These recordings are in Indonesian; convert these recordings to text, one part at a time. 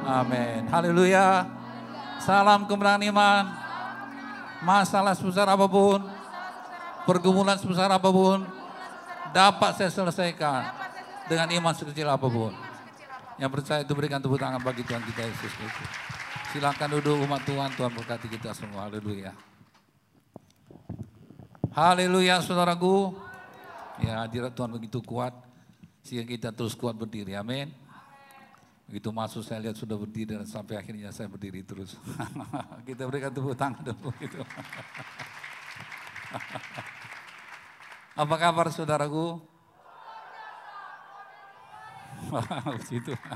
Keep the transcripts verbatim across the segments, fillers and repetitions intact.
Amin. Haleluya. Salam kemenangan iman. Masalah sebesar apapun, pergumulan sebesar apapun, dapat saya selesaikan dengan iman sekecil apapun. Yang percaya itu berikan tepuk tangan bagi Tuhan kita Yesus Kristus. Silakan duduk umat Tuhan, Tuhan berkati kita semua. Haleluya. Haleluya saudaraku. Ya, hadirat Tuhan begitu kuat sehingga kita terus kuat berdiri. Amin. Begitu masuk saya lihat sudah berdiri dan sampai akhirnya saya berdiri terus. Kita berikan tepuk tangan dulu gitu. Apa kabar saudaraku? Puji Tuhan.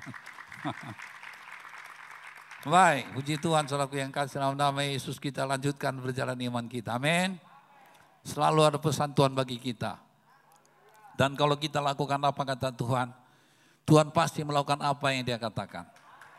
Baik, puji Tuhan saudaraku yang kasih dalam nama Yesus, kita lanjutkan berjalan iman kita. Amin. Selalu ada pesan Tuhan bagi kita. Dan kalau kita lakukan apa kata Tuhan, Tuhan pasti melakukan apa yang Dia katakan.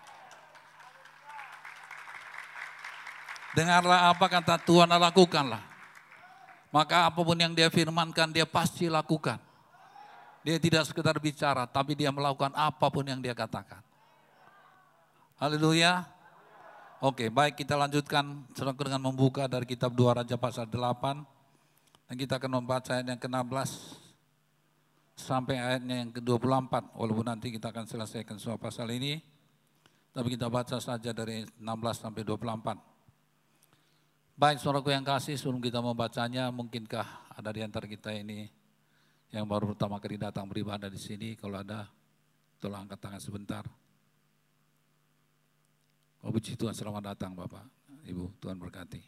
Dengarlah apa kata Tuhan, lakukanlah. Maka apapun yang Dia firmankan, Dia pasti lakukan. Dia tidak sekedar bicara, tapi Dia melakukan apapun yang Dia katakan. Haleluya. Oke, baik, kita lanjutkan dengan membuka dari kitab dua Raja pasal delapan. Dan kita akan membaca ayat yang ke enam belas sampai ayatnya yang ke dua puluh empat. Walaupun nanti kita akan selesaikan semua pasal ini, tapi kita baca saja dari enam belas sampai dua puluh empat. Baik, saudaraku yang kasih, sebelum kita membacanya, mungkinkah ada di antara kita ini yang baru pertama kali datang beribadah di sini? Kalau ada, tolong angkat tangan sebentar. Oh, puji Tuhan, selamat datang Bapak, Ibu, Tuhan berkati.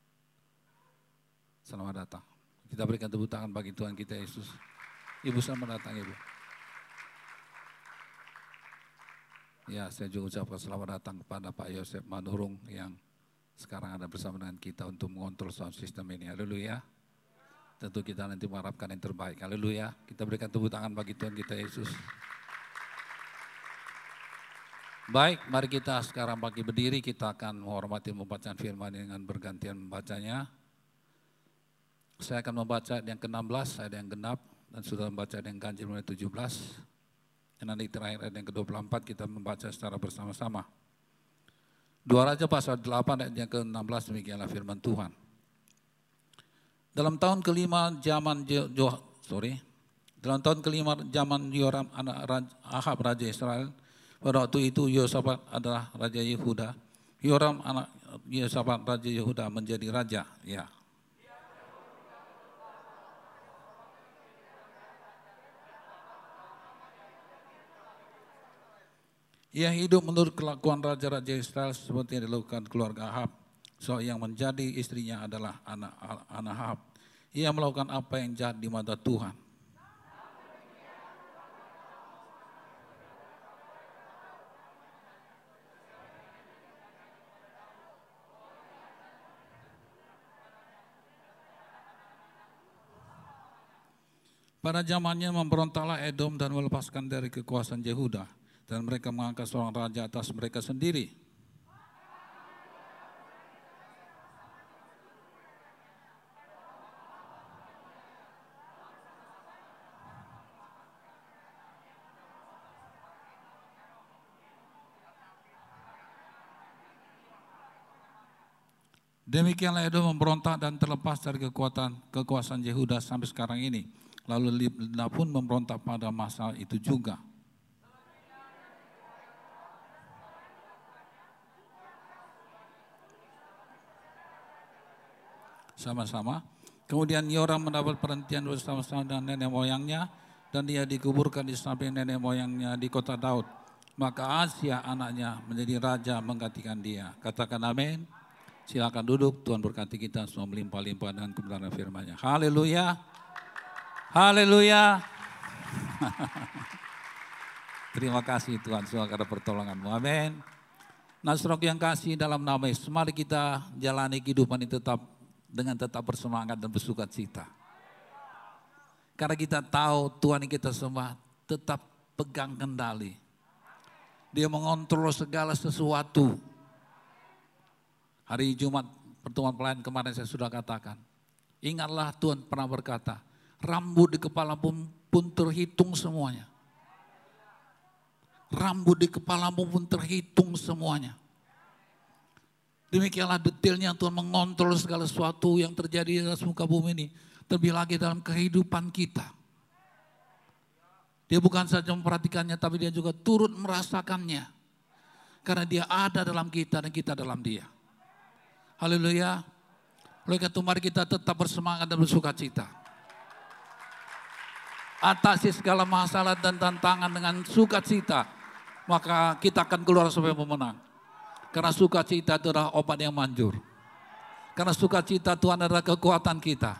Selamat datang. Kita berikan tepuk tangan bagi Tuhan kita Yesus. Ibu, selamat datang Ibu. Ya, saya juga ucapkan selamat datang kepada Pak Yosef Manurung yang sekarang ada bersama dengan kita untuk mengontrol sound system ini. Haleluya. Tentu kita nanti mengharapkan yang terbaik. Haleluya. Kita berikan tepuk tangan bagi Tuhan kita Yesus. Baik, mari kita sekarang bagi berdiri, kita akan menghormati pembacaan firman dengan bergantian membacanya. Saya akan membaca yang ke enam belas, ayat yang genap, dan sudah membaca yang ganjil mulai tujuh belas. Dan nanti terakhir ayat yang ke dua puluh empat kita membaca secara bersama-sama. Dua Raja pasal delapan ayat yang ke enam belas, demikianlah firman Tuhan. Dalam tahun kelima zaman Jo, Jo sorry, dalam tahun kelima zaman Yoram anak Raja, Ahab Raja Israel, pada waktu itu Yosafat adalah Raja Yehuda. Yoram anak Yosafat Raja Yehuda menjadi raja. Ya. Ia hidup menurut kelakuan raja-raja Israel seperti yang dilakukan keluarga Ahab. So yang menjadi istrinya adalah anak anak Ahab. Ia melakukan apa yang jahat di mata Tuhan. Pada zamannya memberontaklah Edom dan melepaskan dari kekuasaan Yehuda. Dan mereka mengangkat seorang raja atas mereka sendiri. Demikianlah Edom memberontak dan terlepas dari kekuatan kekuasaan Yehuda sampai sekarang ini. Lalu Libna pun memberontak pada masa itu juga. Sama-sama. Kemudian Yoram mendapat perhentian bersama-sama dengan nenek moyangnya dan dia dikuburkan di samping nenek moyangnya di kota Daud. Maka Asia anaknya menjadi raja menggantikan dia. Katakan amin. Silakan duduk. Tuhan berkati kita semua melimpah-limpah dengan kebenaran firman-Nya. Haleluya. Haleluya. Terima kasih Tuhan semua karena pertolongan-Mu. Amin. Nah, saudara yang kasih dalam nama Yesus, mari kita jalani kehidupan ini tetap dengan tetap bersemangat dan bersuka cita. Karena kita tahu Tuhan yang kita sembah tetap pegang kendali. Dia mengontrol segala sesuatu. Hari Jumat pertemuan pelayan kemarin saya sudah katakan. Ingatlah Tuhan pernah berkata, rambut di kepala pun, pun terhitung semuanya. Rambut di kepalamu pun terhitung semuanya. Demikianlah detailnya Tuhan mengontrol segala sesuatu yang terjadi di atas muka bumi ini. Terlebih lagi dalam kehidupan kita. Dia bukan saja memperhatikannya, tapi dia juga turut merasakannya. Karena dia ada dalam kita dan kita dalam dia. Haleluya. Oleh karena itu mari kita tetap bersemangat dan bersuka cita. Atasi segala masalah dan tantangan dengan sukacita, maka kita akan keluar sebagai pemenang. Karena sukacita itu adalah obat yang manjur. Karena sukacita Tuhan adalah kekuatan kita.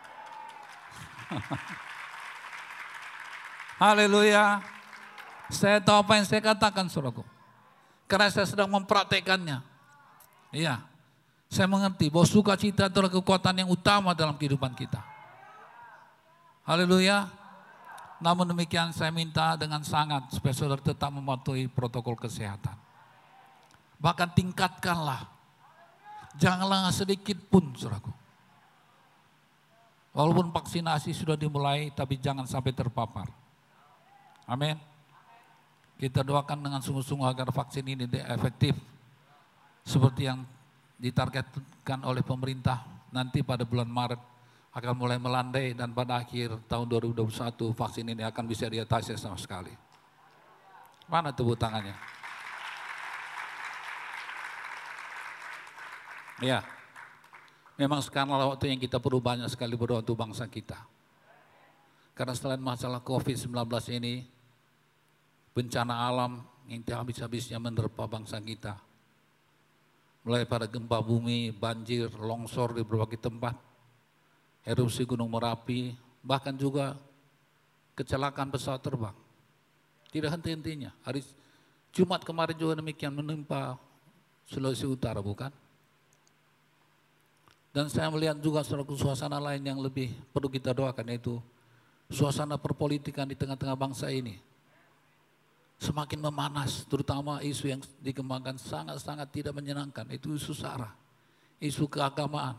Haleluya. Saya tahu apa yang saya katakan, saudaraku. Karena saya sedang mempraktekannya. Iya. Saya mengerti bahwa sukacita adalah kekuatan yang utama dalam kehidupan kita. Haleluya. Namun demikian saya minta dengan sangat supaya saudara tetap mematuhi protokol kesehatan. Bahkan tingkatkanlah. Janganlah sedikit pun, saudaraku. Walaupun vaksinasi sudah dimulai, tapi jangan sampai terpapar. Amin. Kita doakan dengan sungguh-sungguh agar vaksin ini efektif. Seperti yang ditargetkan oleh pemerintah nanti pada bulan Maret akan mulai melandai dan pada akhir tahun dua ribu dua puluh satu vaksin ini akan bisa diatasi sama sekali. Mana tepuk tangannya? Ya, memang sekarang waktu yang kita perlu banyak sekali berdoa untuk bangsa kita. Karena selain masalah covid sembilan belas ini, bencana alam yang tidak habis-habisnya menerpa bangsa kita. Mulai pada gempa bumi, banjir, longsor di berbagai tempat, erupsi Gunung Merapi, bahkan juga kecelakaan pesawat terbang. Tidak henti-hentinya. Hari Jumat kemarin juga demikian menimpa Sulawesi Utara, bukan? Dan saya melihat juga suasana lain yang lebih perlu kita doakan, yaitu suasana perpolitikan di tengah-tengah bangsa ini. Semakin memanas, terutama isu yang dikembangkan sangat-sangat tidak menyenangkan, itu isu SARA, isu keagamaan.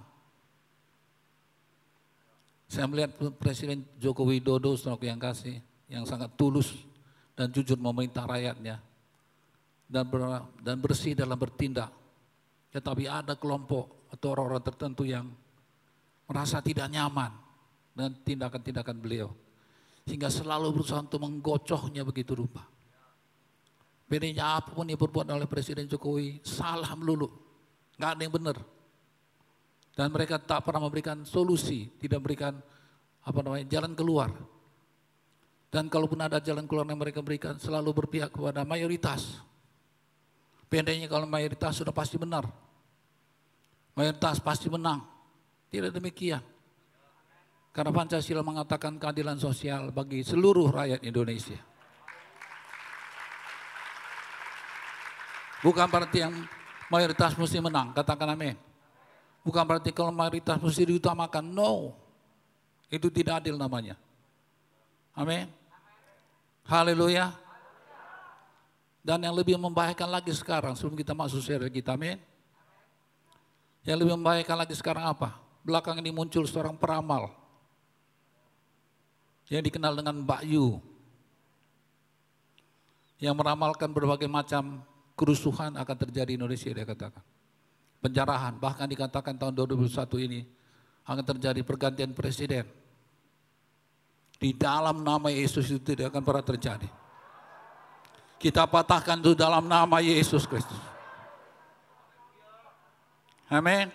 Saya melihat Presiden Joko Widodo, saudara yang kasih, yang sangat tulus dan jujur memerintah rakyatnya, dan, ber, dan bersih dalam bertindak. Tetapi ada kelompok atau orang-orang tertentu yang merasa tidak nyaman dengan tindakan-tindakan beliau. Sehingga selalu berusaha untuk menggocohnya begitu rupa. Bedanya apapun yang berbuat oleh Presiden Jokowi, salah melulu. Nggak ada yang benar. Dan mereka tak pernah memberikan solusi, tidak memberikan apa namanya jalan keluar. Dan kalaupun ada jalan keluar yang mereka berikan, selalu berpihak kepada mayoritas. Bedanya kalau mayoritas sudah pasti benar. Mayoritas pasti menang. Tidak demikian. Karena Pancasila mengatakan keadilan sosial bagi seluruh rakyat Indonesia. Bukan berarti yang mayoritas mesti menang, katakan amin. Bukan berarti kalau mayoritas mesti diutamakan, no. Itu tidak adil namanya. Amin. Haleluya. Dan yang lebih membahayakan lagi sekarang, sebelum kita masuk seri kita, amin. Yang lebih membahayakan lagi sekarang apa? Belakang ini muncul seorang peramal yang dikenal dengan Mbak Yu, yang meramalkan berbagai macam kerusuhan akan terjadi di Indonesia, dia katakan. Penjarahan, bahkan dikatakan tahun dua ribu satu ini akan terjadi pergantian presiden. Di dalam nama Yesus itu tidak akan pernah terjadi. Kita patahkan itu dalam nama Yesus Kristus. Amin.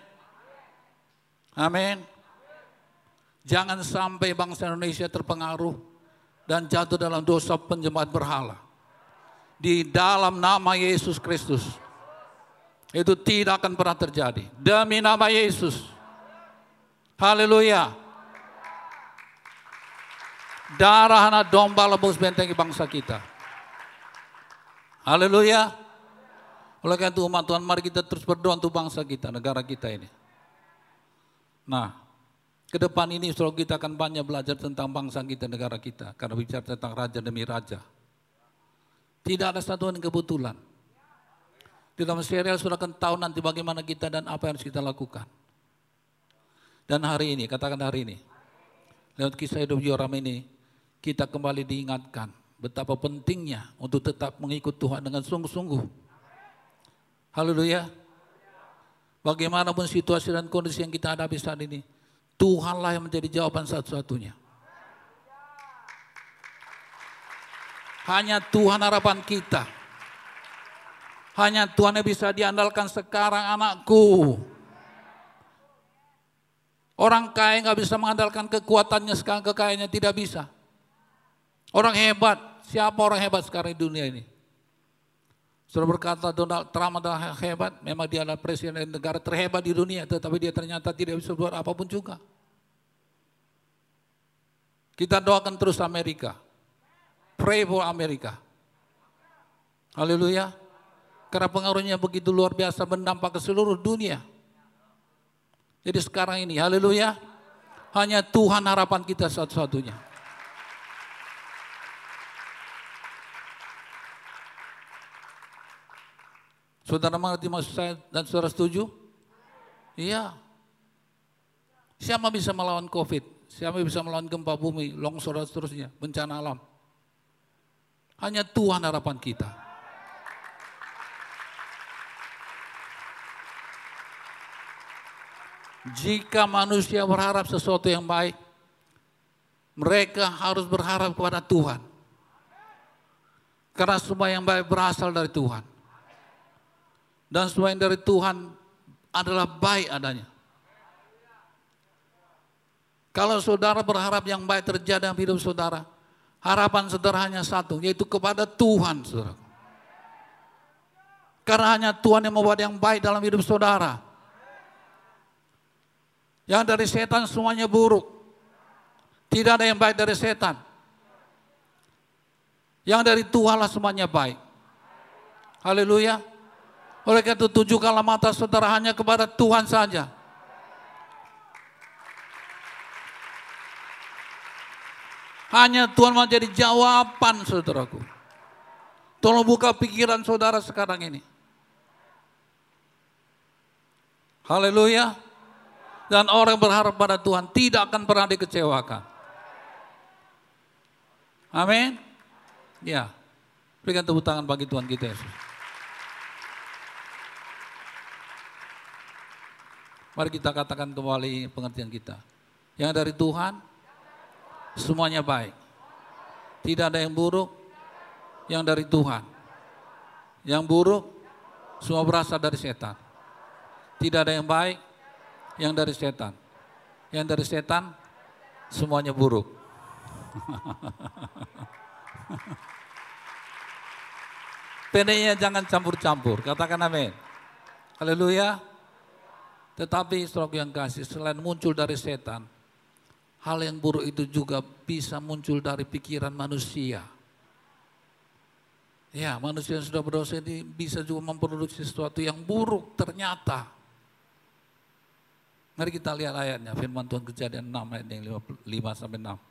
Amin. Jangan sampai bangsa Indonesia terpengaruh dan jatuh dalam dosa penyembahan berhala. Di dalam nama Yesus Kristus. Itu tidak akan pernah terjadi. Demi nama Yesus. Haleluya. Darah anak domba lebus bentengi bangsa kita. Haleluya. Oleh karena itu umat Tuhan, mari kita terus berdoa untuk bangsa kita, negara kita ini. Nah, ke depan ini saudara kita akan banyak belajar tentang bangsa kita, negara kita. Karena bicara tentang raja demi raja. Tidak ada satu yang kebetulan. Di dalam serial sudah akan tahu nanti bagaimana kita dan apa yang harus kita lakukan. Dan hari ini, katakan hari ini, lewat kisah hidup Yoram ini, kita kembali diingatkan betapa pentingnya untuk tetap mengikut Tuhan dengan sungguh-sungguh. Haleluya. Bagaimanapun situasi dan kondisi yang kita hadapi saat ini, Tuhanlah yang menjadi jawaban satu-satunya. Hanya Tuhan harapan kita. Hanya Tuhan yang bisa diandalkan sekarang, anakku. Orang kaya nggak bisa mengandalkan kekuatannya sekarang, kekayaannya tidak bisa. Orang hebat, siapa orang hebat sekarang di dunia ini? Sudah berkata Donald Trump adalah hebat, memang dia adalah presiden negara terhebat di dunia, tetapi dia ternyata tidak bisa buat apapun juga. Kita doakan terus Amerika. Pray for Amerika. Haleluya. Karena pengaruhnya begitu luar biasa, berdampak ke seluruh dunia. Jadi sekarang ini, haleluya, hanya Tuhan harapan kita satu-satunya. Saudara mengerti maksud saya dan saudara setuju? Iya. Siapa bisa melawan COVID? Siapa bisa melawan gempa bumi, longsor dan seterusnya, bencana alam? Hanya Tuhan harapan kita. Jika manusia berharap sesuatu yang baik, mereka harus berharap kepada Tuhan. Karena semua yang baik berasal dari Tuhan. Dan semua yang dari Tuhan adalah baik adanya. Kalau saudara berharap yang baik terjadi dalam hidup saudara, harapan saudara hanya satu, yaitu kepada Tuhan, saudara. Karena hanya Tuhan yang membuat yang baik dalam hidup saudara. Yang dari setan semuanya buruk. Tidak ada yang baik dari setan. Yang dari Tuhanlah semuanya baik. Haleluya. Oleh karena itu tujukanlah mata saudara hanya kepada Tuhan saja. Hanya Tuhan menjadi jawaban saudaraku. Tolong buka pikiran saudara sekarang ini. Haleluya. Dan orang yang berharap pada Tuhan tidak akan pernah dikecewakan. Amin. Ya. Berikan tepuk tangan bagi Tuhan kita Yesus. Mari kita katakan kembali pengertian kita. Yang dari Tuhan, semuanya baik. Tidak ada yang buruk, yang dari Tuhan. Yang buruk, semua berasal dari setan. Tidak ada yang baik, yang dari setan. Yang dari setan, semuanya buruk. Pendeknya jangan campur-campur, katakan amin. Haleluya. Tetapi saudara yang kasih, selain muncul dari setan, hal yang buruk itu juga bisa muncul dari pikiran manusia. Ya, manusia yang sudah berdosa ini bisa juga memproduksi sesuatu yang buruk ternyata. Mari kita lihat ayatnya, firman Tuhan Kejadian enam ayat yang lima sampai enam.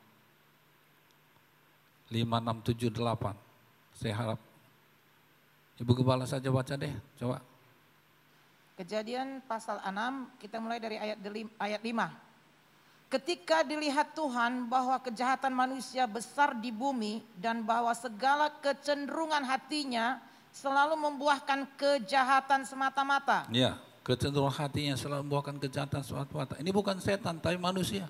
lima, enam, tujuh, delapan. Saya harap Ibu Gembala saja baca deh, coba. Kejadian pasal enam, kita mulai dari ayat ayat lima. Ketika dilihat Tuhan bahwa kejahatan manusia besar di bumi dan bahwa segala kecenderungan hatinya selalu membuahkan kejahatan semata-mata. Ya, kecenderungan hatinya selalu membuahkan kejahatan semata-mata. Ini bukan setan, tapi manusia.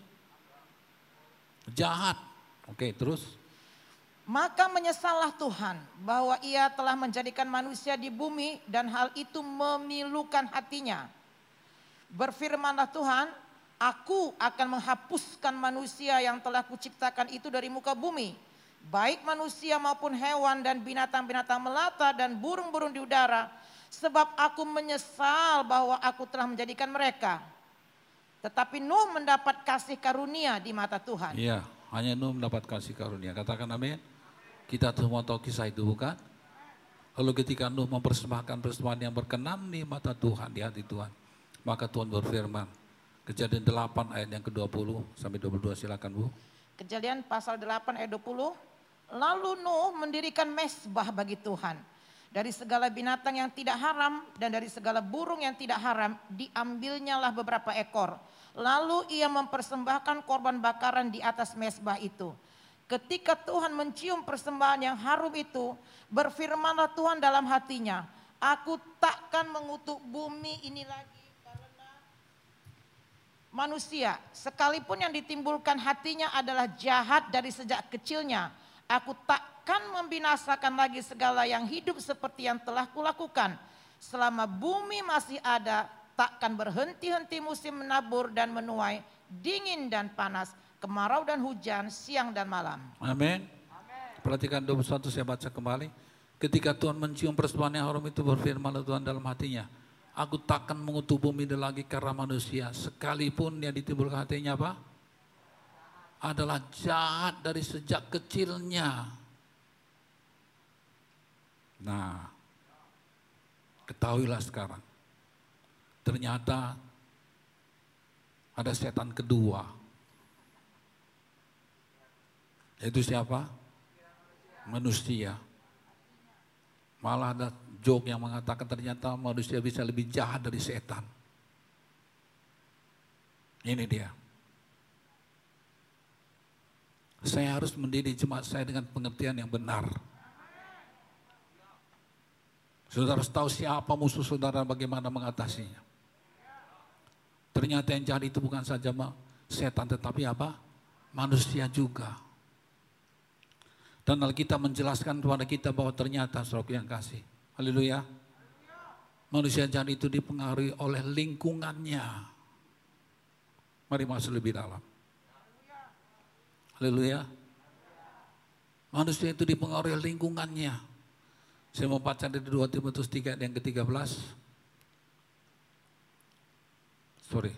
Jahat. Oke, terus. Maka menyesallah Tuhan bahwa ia telah menjadikan manusia di bumi dan hal itu memilukan hatinya. Berfirmanlah Tuhan, aku akan menghapuskan manusia yang telah kuciptakan itu dari muka bumi. Baik manusia maupun hewan dan binatang-binatang melata dan burung-burung di udara. Sebab aku menyesal bahwa aku telah menjadikan mereka. Tetapi Nuh mendapat kasih karunia di mata Tuhan. Iya, hanya Nuh mendapat kasih karunia. Katakan amin. Kita semua tahu kisah itu bukan? Lalu ketika Nuh mempersembahkan persembahan yang berkenan di mata Tuhan, di hati Tuhan. Maka Tuhan berfirman. Kejadian delapan ayat yang ke dua puluh sampai dua puluh dua, silakan Bu. Kejadian pasal delapan ayat dua puluh. Lalu Nuh mendirikan mezbah bagi Tuhan. Dari segala binatang yang tidak haram dan dari segala burung yang tidak haram diambilnyalah beberapa ekor. Lalu ia mempersembahkan korban bakaran di atas mezbah itu. Ketika Tuhan mencium persembahan yang harum itu, berfirmanlah Tuhan dalam hatinya, aku takkan mengutuk bumi ini lagi karena manusia. Sekalipun yang ditimbulkan hatinya adalah jahat dari sejak kecilnya, aku takkan membinasakan lagi segala yang hidup seperti yang telah kulakukan. Selama bumi masih ada, takkan berhenti-henti musim menabur dan menuai, dingin dan panas, kemarau dan hujan, siang dan malam. Amin. Perhatikan dua puluh satu, saya baca kembali. Ketika Tuhan mencium persembahan yang harum itu, berfirmanlah Tuhan dalam hatinya, aku takkan mengutuk bumi lagi karena manusia, sekalipun yang ditimbulkan hatinya apa? Adalah jahat dari sejak kecilnya. Nah, ketahuilah sekarang, ternyata ada setan kedua. Yaitu siapa? Manusia. Malah ada joke yang mengatakan ternyata manusia bisa lebih jahat dari setan. Ini dia. Saya harus mendidik jemaat saya dengan pengertian yang benar. Saudara harus tahu siapa musuh saudara, bagaimana mengatasinya. Ternyata yang jahat itu bukan saja setan, tetapi apa? Manusia juga. Dan Alkitab menjelaskan kepada kita bahwa ternyata, saudaraku yang kasih, haleluya, manusia jahat itu dipengaruhi oleh lingkungannya. Mari masuk lebih dalam. Haleluya. Manusia itu dipengaruhi oleh lingkungannya. Saya mau baca dari dua Timotius tiga yang ke tiga belas. Sorry.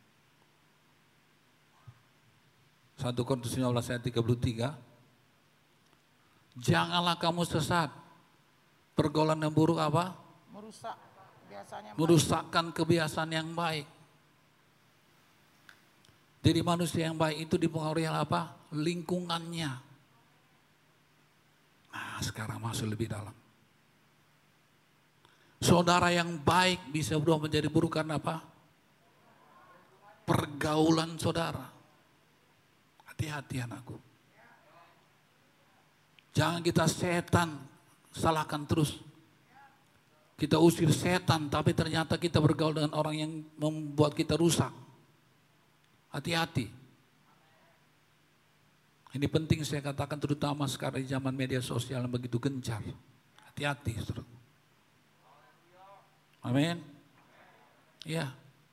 satu Korintus lima belas ayat tiga puluh tiga. Janganlah kamu sesat. Pergaulan yang buruk apa? Merusak biasanya. Merusakkan kebiasaan yang baik. Jadi manusia yang baik itu dipengaruhi oleh apa? Lingkungannya. Nah, sekarang masuk lebih dalam. Saudara yang baik bisa berubah menjadi buruk karena apa? Pergaulan saudara. Hati-hati anakku. Jangan kita setan salahkan terus. Kita usir setan, tapi ternyata kita bergaul dengan orang yang membuat kita rusak. Hati-hati. Ini penting saya katakan, terutama sekarang di zaman media sosial yang begitu gencar. Hati-hati, saudara. Amin. Ya.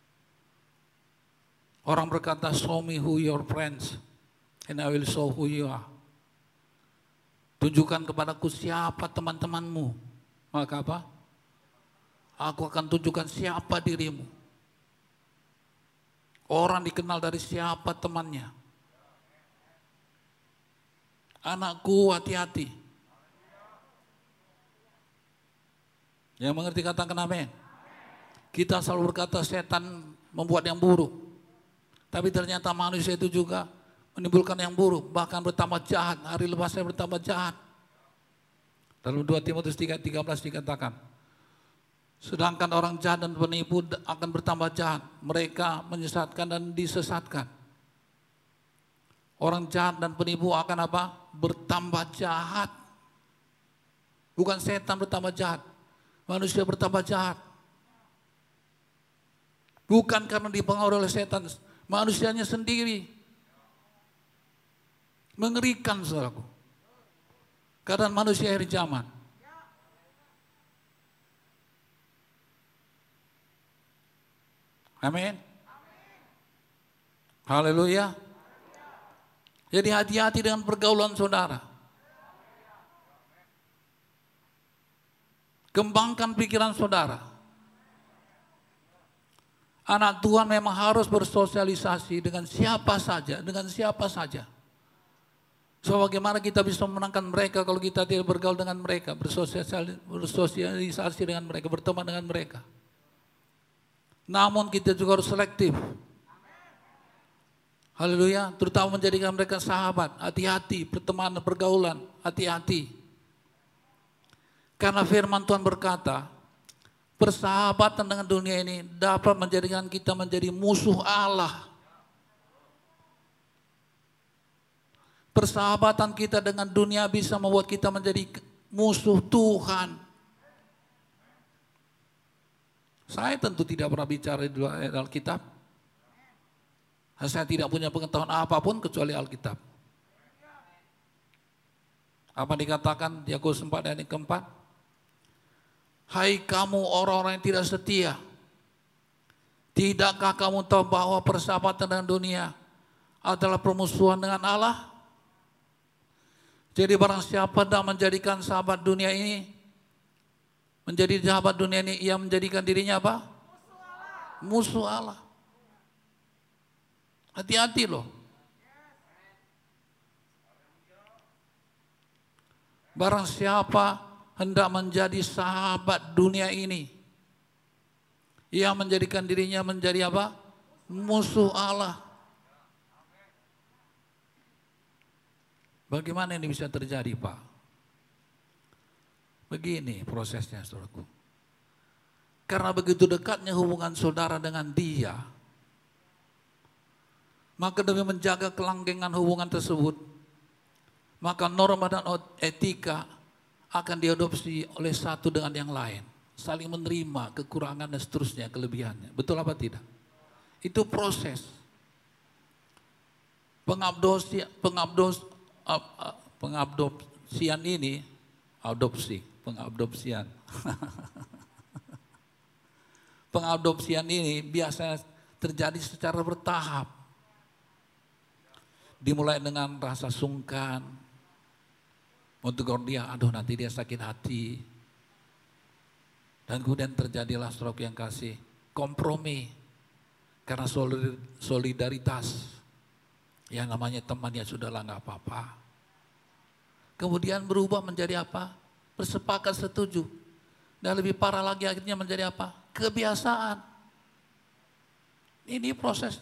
Orang berkata, show me who your friends, and I will show who you are. Tunjukkan kepadaku siapa teman-temanmu, maka apa? Aku akan tunjukkan siapa dirimu. Orang dikenal dari siapa temannya. Anakku, hati-hati. Yang mengerti katakan amin. Kita selalu berkata setan membuat yang buruk. Tapi ternyata manusia itu juga menimbulkan yang buruk, bahkan bertambah jahat, hari lepasnya bertambah jahat. Dalam dua Timotius tiga tiga belas dikatakan, sedangkan orang jahat dan penipu akan bertambah jahat, mereka menyesatkan dan disesatkan. Orang jahat dan penipu akan apa? Bertambah jahat. Bukan setan bertambah jahat, manusia bertambah jahat. Bukan karena dipengaruhi oleh setan, manusianya sendiri. Mengerikan, saudaraku. Keadaan manusia akhir zaman. Amin. Haleluya. Jadi hati-hati dengan pergaulan saudara. Kembangkan pikiran saudara. Anak Tuhan memang harus bersosialisasi dengan siapa saja, dengan siapa saja. So bagaimana kita bisa memenangkan mereka kalau kita tidak bergaul dengan mereka, bersosialisasi dengan mereka, berteman dengan mereka. Namun kita juga harus selektif. Haleluya, terutama menjadikan mereka sahabat. Hati-hati, pertemanan, pergaulan, hati-hati. Karena firman Tuhan berkata, persahabatan dengan dunia ini dapat menjadikan kita menjadi musuh Allah. persahabatan kita dengan dunia bisa membuat kita menjadi musuh Tuhan. Saya tentu tidak pernah bicara di luar Alkitab. Saya tidak punya pengetahuan apapun kecuali Alkitab. Apa dikatakan di Yakobus empat ayat keempat? Hai kamu orang-orang yang tidak setia, tidakkah kamu tahu bahwa persahabatan dengan dunia adalah permusuhan dengan Allah? Jadi barang siapa hendak menjadikan sahabat dunia ini, menjadi sahabat dunia ini, ia menjadikan dirinya apa? Musuh Allah. Hati-hati loh. Barang siapa hendak menjadi sahabat dunia ini, ia menjadikan dirinya menjadi apa? Musuh Allah. Bagaimana ini bisa terjadi, Pak? Begini prosesnya, saudaraku. Karena begitu dekatnya hubungan saudara dengan dia, maka demi menjaga kelanggengan hubungan tersebut, maka norma dan etika akan diadopsi oleh satu dengan yang lain. Saling menerima kekurangan dan seterusnya, kelebihannya. Betul apa tidak? Itu proses. Pengabdosi, pengabdos, pengabdopsian ini, adopsi, pengabdopsian. Pengabdopsian ini biasanya terjadi secara bertahap. Dimulai dengan rasa sungkan, untuk dia, aduh nanti dia sakit hati. Dan kemudian terjadilah stroke yang kasih kompromi. Karena solidaritas. Yang namanya temannya sudahlah nggak apa-apa. Kemudian berubah menjadi apa? Bersepakat setuju. Dan lebih parah lagi akhirnya menjadi apa? Kebiasaan. Ini proses.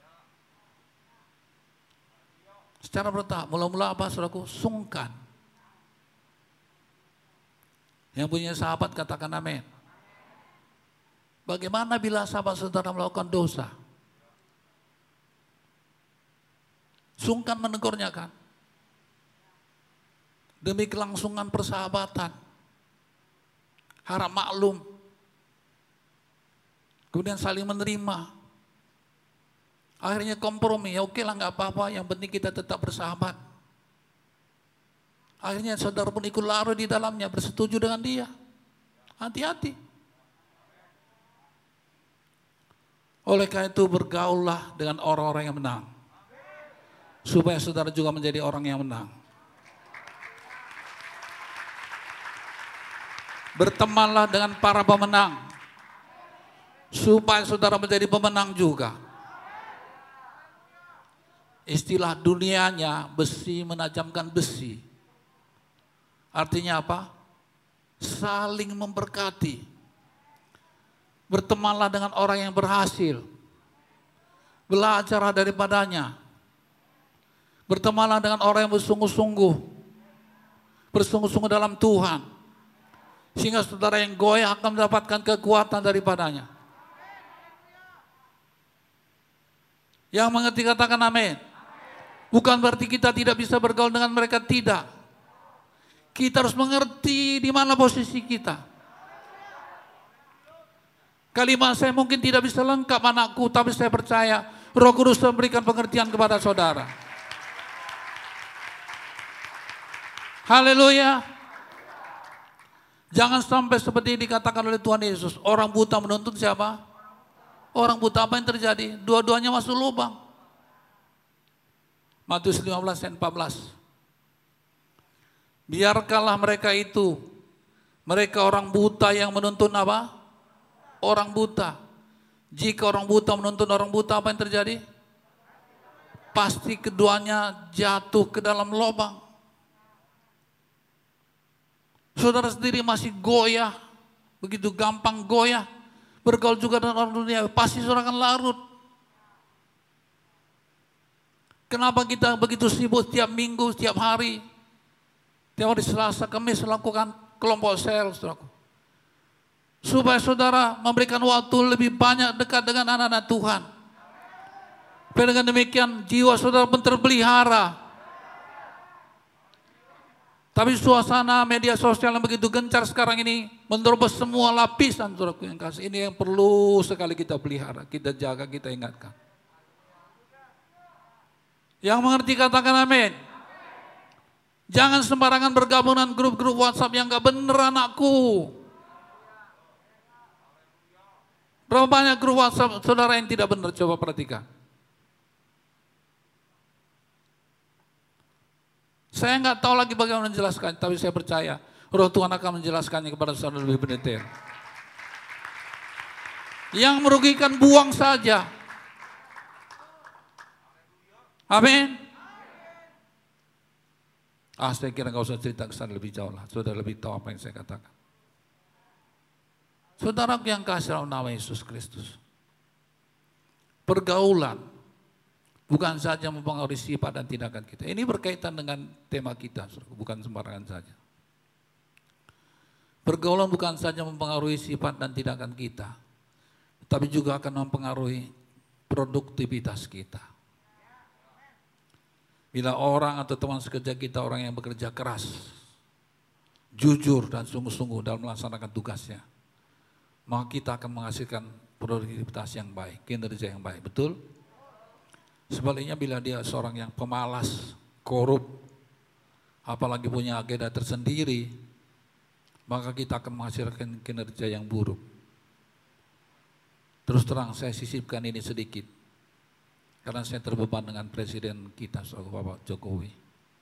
Secara bertahap. Mula-mula apa saudaraku? Sungkan. Yang punya sahabat katakan amin. Bagaimana bila sahabat saudara melakukan dosa? Sungkan menegurnya kan? Demi kelangsungan persahabatan. Harap maklum. Kemudian saling menerima. Akhirnya kompromi, ya oke lah nggak apa-apa, yang penting kita tetap bersahabat. Akhirnya saudara pun ikut larut di dalamnya, bersetuju dengan dia. Hati-hati. Oleh karena itu bergaullah dengan orang-orang yang menang. Supaya saudara juga menjadi orang yang menang. Bertemanlah dengan para pemenang. Supaya saudara menjadi pemenang juga. Istilah dunianya besi menajamkan besi. Artinya apa? Saling memberkati. Bertemanlah dengan orang yang berhasil. Belajarlah daripadanya. Bertemanlah dengan orang yang bersungguh-sungguh. Bersungguh-sungguh dalam Tuhan. Sehingga saudara yang goyah akan mendapatkan kekuatan daripadanya. Yang mengerti katakan amin. Bukan berarti kita tidak bisa bergaul dengan mereka, tidak. Kita harus mengerti di mana posisi kita. Kalimat saya mungkin tidak bisa lengkap anakku, tapi saya percaya Roh Kudus memberikan pengertian kepada saudara. Haleluya. Jangan sampai seperti dikatakan oleh Tuhan Yesus, orang buta menuntut siapa? Orang buta, apa yang terjadi? Dua-duanya masuk lubang. Matius lima belas ayat empat belas. Biarkanlah mereka itu, mereka orang buta yang menuntun apa? Orang buta. Jika orang buta menuntun orang buta, apa yang terjadi? Pasti keduanya jatuh ke dalam lubang. Saudara sendiri masih goyah, begitu gampang goyah, bergaul juga dengan orang dunia, pasti saudara akan larut. Kenapa kita begitu sibuk setiap minggu, setiap hari? Tiap hari Selasa, Kamis melakukan kelompok sel, saudaraku. Supaya saudara memberikan waktu lebih banyak dekat dengan anak-anak Tuhan. Dengan demikian jiwa saudara pun terpelihara. Tapi suasana media sosial yang begitu gencar sekarang ini menerobos semua lapisan, saudaraku yang kasih. Ini yang perlu sekali kita pelihara, kita jaga, kita ingatkan. Yang mengerti katakan amin. Jangan sembarangan bergabung dengan grup-grup WhatsApp yang gak bener anakku. Berapa banyak grup WhatsApp saudara yang tidak benar, coba perhatikan. Saya nggak tahu lagi bagaimana menjelaskan, tapi saya percaya Roh Tuhan akan menjelaskannya kepada saudara lebih mendetail. Yang merugikan buang saja. Amin. Ah, saya kira nggak usah cerita ke sana lebih jauh lah. Sudah lebih tahu apa yang saya katakan. Saudara yang kasih dalam nama Yesus Kristus. Pergaulan bukan saja mempengaruhi sifat dan tindakan kita. Ini berkaitan dengan tema kita, bukan sembarangan saja. Pergaulan bukan saja mempengaruhi sifat dan tindakan kita, tapi juga akan mempengaruhi produktivitas kita. Bila orang atau teman sekerja kita orang yang bekerja keras, jujur dan sungguh-sungguh dalam melaksanakan tugasnya, maka kita akan menghasilkan produktivitas yang baik, kinerja yang baik, betul? Sebaliknya bila dia seorang yang pemalas, korup, apalagi punya agenda tersendiri, maka kita akan menghasilkan kinerja yang buruk. Terus terang saya sisipkan ini sedikit, karena saya terbeban dengan Presiden kita, Bapak Jokowi.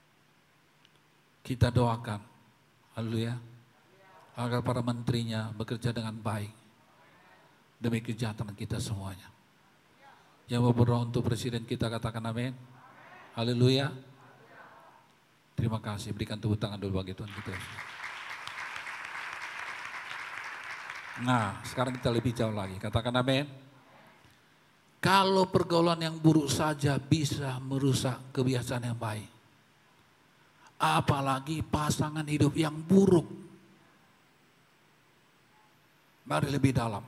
Kita doakan, haleluya, agar para menterinya bekerja dengan baik demi kesejahteraan kita semuanya. Yang berdoa untuk Presiden kita katakan amin. Haleluya. Terima kasih. Berikan tepuk tangan dulu bagi Tuhan kita. Nah, sekarang kita lebih jauh lagi. Katakan amin. Kalau pergaulan yang buruk saja bisa merusak kebiasaan yang baik, apalagi pasangan hidup yang buruk. Mari lebih dalam.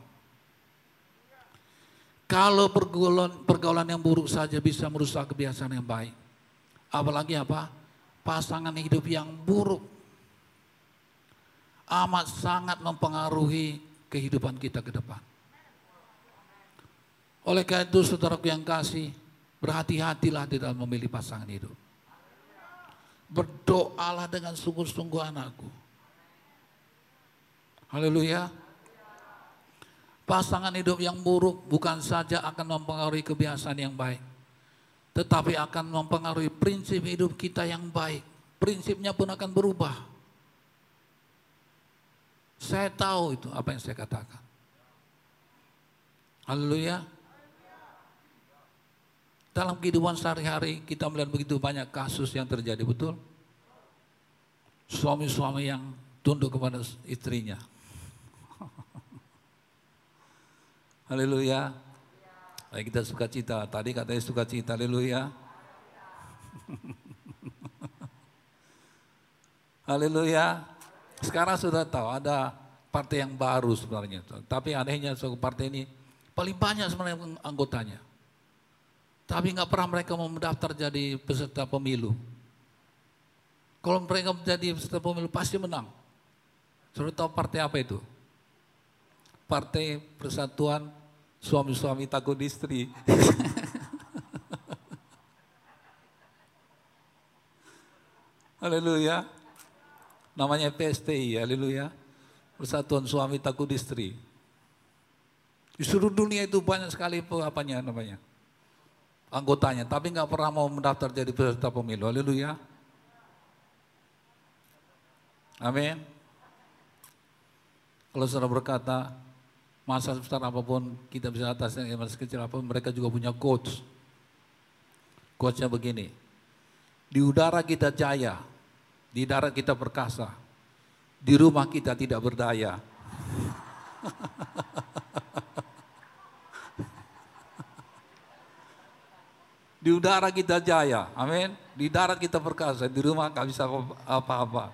Kalau pergaulan, pergaulan yang buruk saja bisa merusak kebiasaan yang baik, apalagi apa? Pasangan hidup yang buruk amat sangat mempengaruhi kehidupan kita ke depan. Oleh karena itu saudaraku yang kasih, berhati-hatilah di dalam memilih pasangan hidup. Berdoalah dengan sungguh-sungguh anakku. Haleluya. Pasangan hidup yang buruk bukan saja akan mempengaruhi kebiasaan yang baik, tetapi akan mempengaruhi prinsip hidup kita yang baik. Prinsipnya pun akan berubah. Saya tahu itu apa yang saya katakan. Haleluya. Dalam kehidupan sehari-hari kita melihat begitu banyak kasus yang terjadi, betul? Suami-suami yang tunduk kepada istrinya. Haleluya. Baik, kita suka cita. Tadi katanya suka cita. Haleluya. Haleluya. Sekarang sudah tahu ada partai yang baru sebenarnya. Tapi anehnya suatu partai ini paling banyak sebenarnya anggotanya. Tapi nggak pernah mereka mau mendaftar jadi peserta pemilu. Kalau mereka menjadi peserta pemilu pasti menang. Sudah tahu partai apa itu? Partai Persatuan Suami-suami Takut Istri. Haleluya. Namanya P S T I, haleluya. Persatuan Suami Takut Istri. Di seluruh dunia itu banyak sekali apanya namanya, anggotanya, tapi nggak pernah mau mendaftar jadi peserta pemilu. Haleluya. Amin. Kalau saudara berkata, masa besar apapun kita bisa atasnya, masa kecil apapun, mereka juga punya quotes. Quotesnya begini, di udara kita jaya, di darat kita perkasa, di rumah kita tidak berdaya. Di udara kita jaya, amin. Di darat kita perkasa, di rumah nggak bisa apa-apa.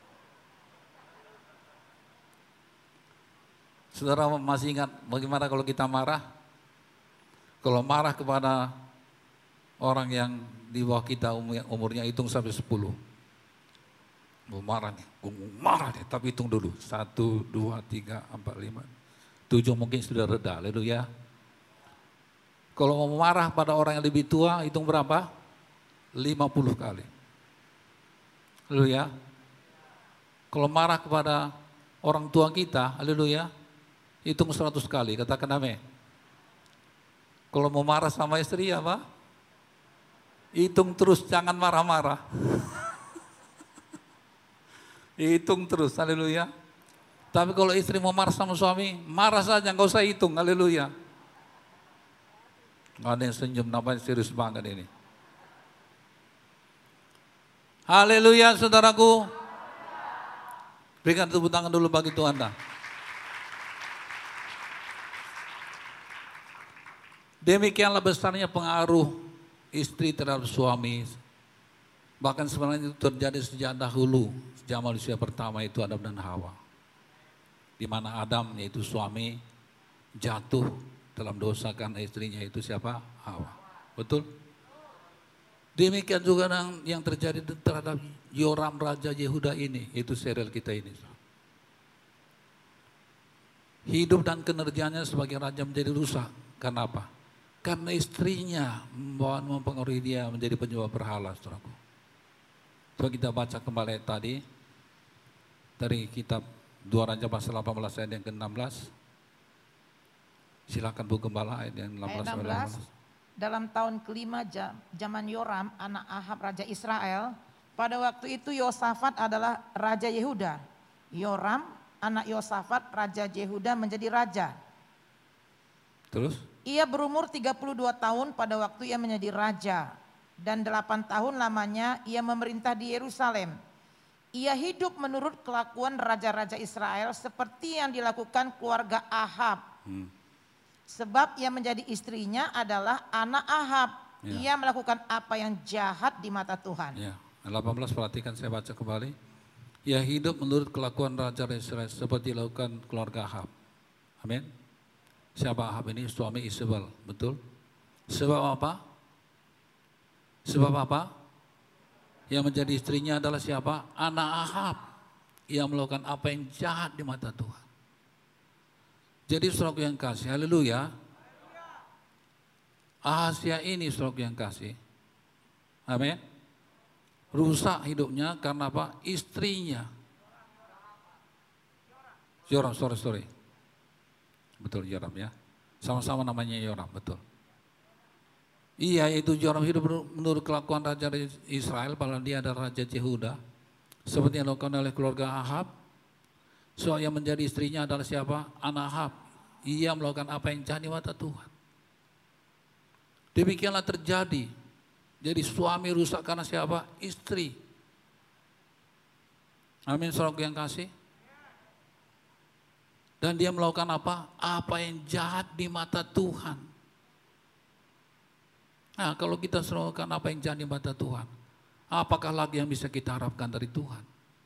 Saudara masih ingat bagaimana kalau kita marah? Kalau marah kepada orang yang di bawah kita umurnya hitung sampai sepuluh. Mau marah nih, gue mau marah nih, tapi hitung dulu. Satu, dua, tiga, empat, lima, tujuh mungkin sudah reda, haleluya. Kalau mau marah pada orang yang lebih tua, hitung berapa? lima puluh kali. Haleluya. Kalau marah kepada orang tua kita, haleluya, hitung seratus kali, katakan amin. Kalau mau marah sama istri apa? Hitung terus, jangan marah-marah. Hitung terus, haleluya. Tapi kalau istri mau marah sama suami, marah saja, nggak usah hitung, haleluya. Nggak ada yang senyum, namanya serius banget ini. Haleluya, saudaraku. Berikan tepuk tangan dulu bagi Tuhan. Demikianlah besarnya pengaruh istri terhadap suami. Bahkan sebenarnya itu terjadi sejak dahulu, sejak manusia pertama itu Adam dan Hawa. Di mana Adam yaitu suami jatuh dalam dosa karena istrinya itu siapa? Hawa. Betul? Demikian juga yang terjadi terhadap Yoram Raja Yehuda ini, itu serial kita ini. Hidup dan kinerjanya sebagai raja menjadi rusak. Karena apa? Karena istrinya membawa mempengaruhi dia menjadi penyembah berhala, saudaraku. Coba kita baca kembali tadi dari kitab dua Raja pasal delapan belas ayat yang ke enam belas. Silakan Bu Gembala ayat yang enam belas. Ayat enam belas. Dalam tahun kelima zaman Yoram anak Ahab Raja Israel, pada waktu itu Yosafat adalah Raja Yehuda. Yoram anak Yosafat Raja Yehuda menjadi raja. Terus? Ia berumur tiga puluh dua tahun pada waktu ia menjadi raja. Dan delapan tahun lamanya ia memerintah di Yerusalem. Ia hidup menurut kelakuan raja-raja Israel seperti yang dilakukan keluarga Ahab. Hmm. Sebab yang menjadi istrinya adalah anak Ahab. Ya. Ia melakukan apa yang jahat di mata Tuhan. Ya. delapan belas perhatikan saya baca kembali. Ia hidup menurut kelakuan raja Israel seperti dilakukan keluarga Ahab. Amin. Siapa Ahab ini? Suami Isabel, betul? Sebab apa? Sebab apa? Yang menjadi istrinya adalah siapa? Anak Ahab. Ia melakukan apa yang jahat di mata Tuhan. Jadi saudaraku yang kasih, haleluya. Ahazia ini saudaraku yang kasih. Amin. Rusak hidupnya karena apa? Istrinya. Yoram, sorry, sorry. Betul Yoram ya. Sama-sama namanya Yoram, betul. Iya, itu Yoram hidup menurut kelakuan Raja Israel, padahal dia adalah Raja Yehuda. Seperti yang dilakukan oleh keluarga Ahab. Soal yang menjadi istrinya adalah siapa? Anak Ahab. Ia melakukan apa yang jahat di mata Tuhan. Demikianlah terjadi. Jadi suami rusak karena siapa? Istri. Amin, saudaraku yang kasih. Dan dia melakukan apa? Apa yang jahat di mata Tuhan. Nah, kalau kita melakukan apa yang jahat di mata Tuhan, apakah lagi yang bisa kita harapkan dari Tuhan?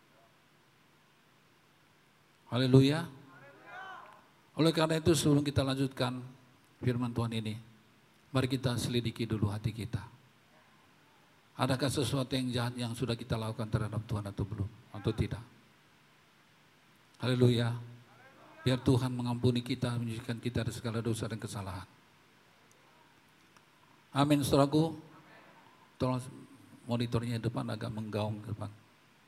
Haleluya. Oleh karena itu sebelum kita lanjutkan firman Tuhan ini, mari kita selidiki dulu hati kita. Adakah sesuatu yang jahat yang sudah kita lakukan terhadap Tuhan atau belum? Atau tidak? Haleluya. Biar Tuhan mengampuni kita, menyucikan kita dari segala dosa dan kesalahan. Amin, saudaraku. Tolong monitornya depan agak menggaung ke depan.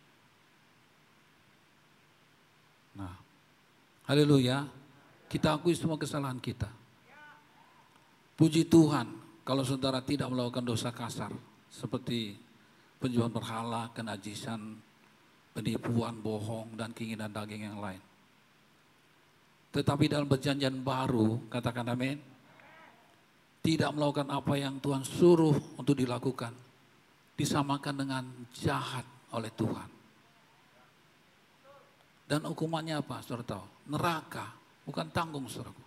Nah, haleluya. Kita akui semua kesalahan kita. Puji Tuhan, kalau saudara tidak melakukan dosa kasar, seperti penjualan berhala, kenajisan, penipuan, bohong, dan keinginan daging yang lain. Tetapi dalam perjanjian baru, katakan amin, tidak melakukan apa yang Tuhan suruh untuk dilakukan, disamakan dengan jahat oleh Tuhan. Dan hukumannya apa, saudara tahu? Neraka, bukan tanggung, saudaraku.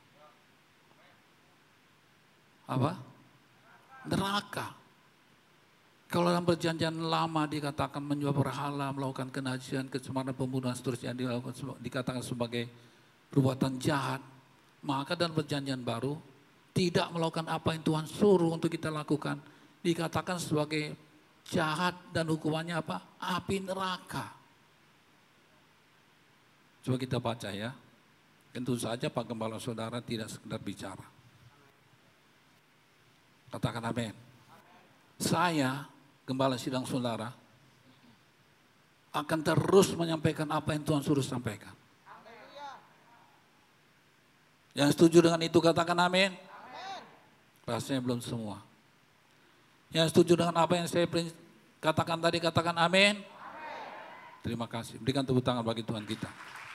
Apa? Neraka. Kalau dalam perjanjian lama dikatakan menyembah berhala, melakukan kenajisan, kecemaran, pembunuhan, seterusnya dilakukan, dikatakan sebagai perbuatan jahat, maka dalam perjanjian baru tidak melakukan apa yang Tuhan suruh untuk kita lakukan, dikatakan sebagai jahat dan hukumannya apa? Api neraka. Coba kita baca ya. Tentu saja Pak Gembala Saudara tidak sekedar bicara. Katakan amin. Saya, Gembala Sidang Saudara, akan terus menyampaikan apa yang Tuhan suruh sampaikan. Yang setuju dengan itu katakan amin. Rasanya belum semua. Yang setuju dengan apa yang saya katakan tadi katakan amin. Terima kasih. Berikan tepuk tangan bagi Tuhan kita.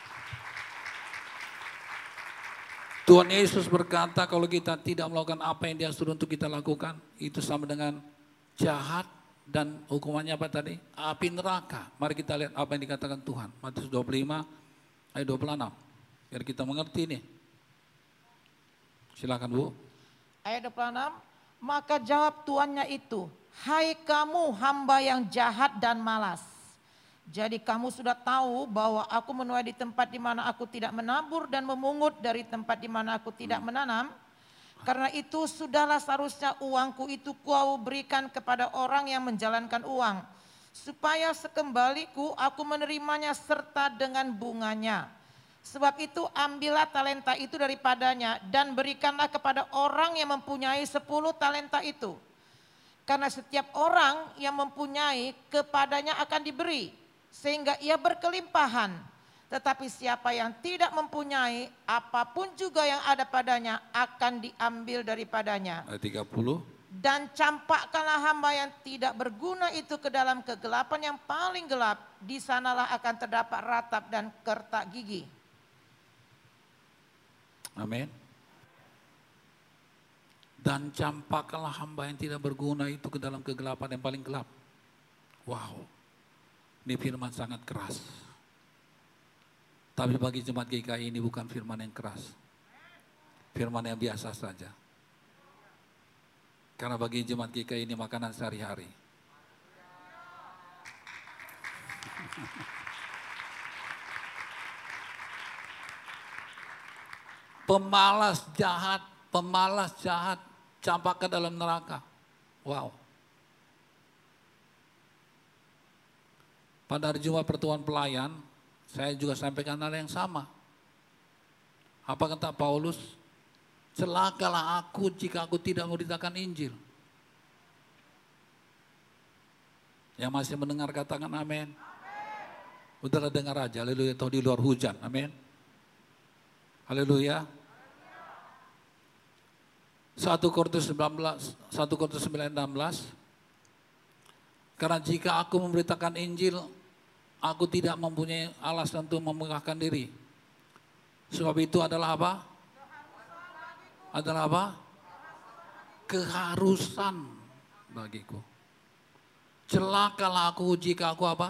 Tuhan Yesus berkata kalau kita tidak melakukan apa yang Dia suruh untuk kita lakukan, itu sama dengan jahat dan hukumannya apa tadi? Api neraka. Mari kita lihat apa yang dikatakan Tuhan. Matius dua puluh lima ayat dua puluh enam. Biar kita mengerti ini. Silakan Bu. Ayat dua puluh enam, maka jawab tuannya itu, hai kamu hamba yang jahat dan malas. Jadi kamu sudah tahu bahwa aku menuai di tempat di mana aku tidak menabur dan memungut dari tempat di mana aku tidak menanam. Karena itu sudahlah seharusnya uangku itu kau berikan kepada orang yang menjalankan uang. Supaya sekembaliku aku menerimanya serta dengan bunganya. Sebab itu ambillah talenta itu daripadanya dan berikanlah kepada orang yang mempunyai sepuluh talenta itu. Karena setiap orang yang mempunyai kepadanya akan diberi sehingga ia berkelimpahan. Tetapi siapa yang tidak mempunyai apapun juga yang ada padanya akan diambil daripadanya. Ayat tiga puluh. Dan campakkanlah hamba yang tidak berguna itu ke dalam kegelapan yang paling gelap. Di sanalah akan terdapat ratap dan kertak gigi. Amin. Dan campakkanlah hamba yang tidak berguna itu ke dalam kegelapan yang paling gelap. Wow. Ini firman sangat keras. Tapi bagi jemaat G K I ini bukan firman yang keras. Firman yang biasa saja. Karena bagi jemaat G K I ini makanan sehari-hari. Pemalas jahat, pemalas jahat, campakkan dalam neraka. Wow. Pada hari Jumat pertemuan pelayan, saya juga sampaikan hal yang sama. Apa kata Paulus? Celakalah aku jika aku tidak memberitakan Injil. Yang masih mendengar katakan amin. Udahlah dengar aja, haleluya, atau di luar hujan, amin. Haleluya. satu Korintus sembilan belas, satu Korintus sembilan enam belas. Karena jika aku memberitakan Injil, aku tidak mempunyai alasan untuk memegahkan diri. Sebab itu adalah apa? Adalah apa? Keharusan bagiku. Celakalah aku jika aku apa?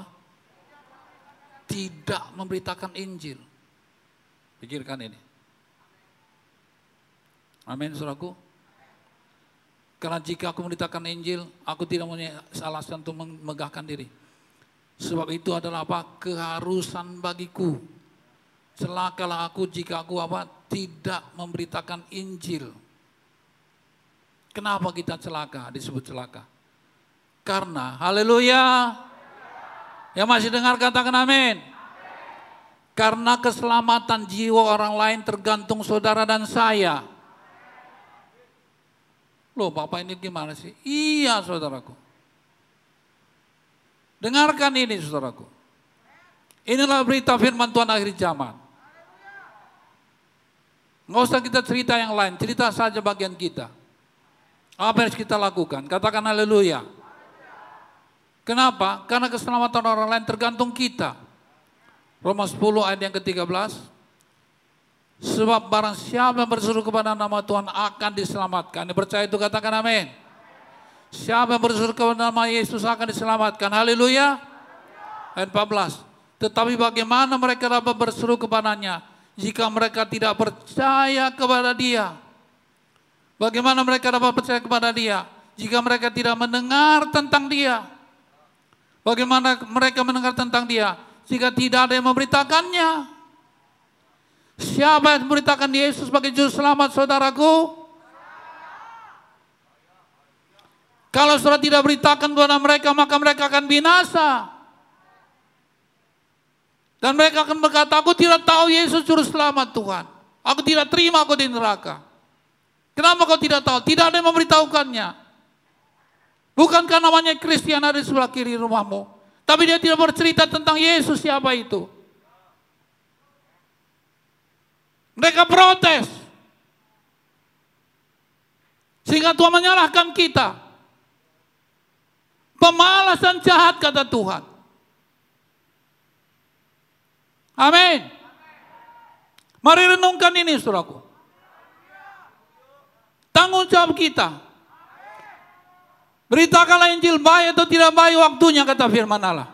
Tidak memberitakan Injil. Pikirkan ini. Amin, saudaraku. Karena jika aku memberitakan Injil, aku tidak punya alasan untuk memegahkan diri. Sebab itu adalah apa? Keharusan bagiku. Celakalah aku jika aku apa? Tidak memberitakan Injil. Kenapa kita celaka? Disebut celaka. Karena, haleluya. Yang masih dengar katakan amin. Karena keselamatan jiwa orang lain tergantung saudara dan saya. Loh, Bapak ini gimana sih? Iya, saudaraku. Dengarkan ini, saudaraku. Inilah berita firman Tuhan akhir zaman. Nggak usah kita cerita yang lain, cerita saja bagian kita. Apa yang harus kita lakukan? Katakan haleluya. Kenapa? Karena keselamatan orang lain tergantung kita. Roma sepuluh ayat yang ke tiga belas. Sebab barang siapa yang berseru kepada nama Tuhan akan diselamatkan. Yang percaya itu katakan amin. Siapa yang berseru kepada nama Yesus akan diselamatkan. Haleluya. Ayat empat belas. Tetapi bagaimana mereka dapat berseru kepadanya jika mereka tidak percaya kepada Dia? Bagaimana mereka dapat percaya kepada Dia jika mereka tidak mendengar tentang Dia? Bagaimana mereka mendengar tentang Dia jika tidak ada yang memberitakannya? Siapa yang memberitakan Yesus sebagai juru selamat, saudaraku? Kalau saudara tidak beritakan kepada mereka, maka mereka akan binasa. Dan mereka akan berkata, aku tidak tahu Yesus juru selamat Tuhan. Aku tidak terima kau di neraka. Kenapa kau tidak tahu? Tidak ada yang memberitahukannya. Bukankah namanya Kristian ada di sebelah kiri rumahmu? Tapi dia tidak bercerita tentang Yesus siapa itu. Mereka protes. Sehingga Tuhan menyalahkan kita. Pemalas dan jahat kata Tuhan. Amin. Mari renungkan ini saudaraku. Tanggung jawab kita. Beritakanlah Injil baik atau tidak baik waktunya kata firman Allah.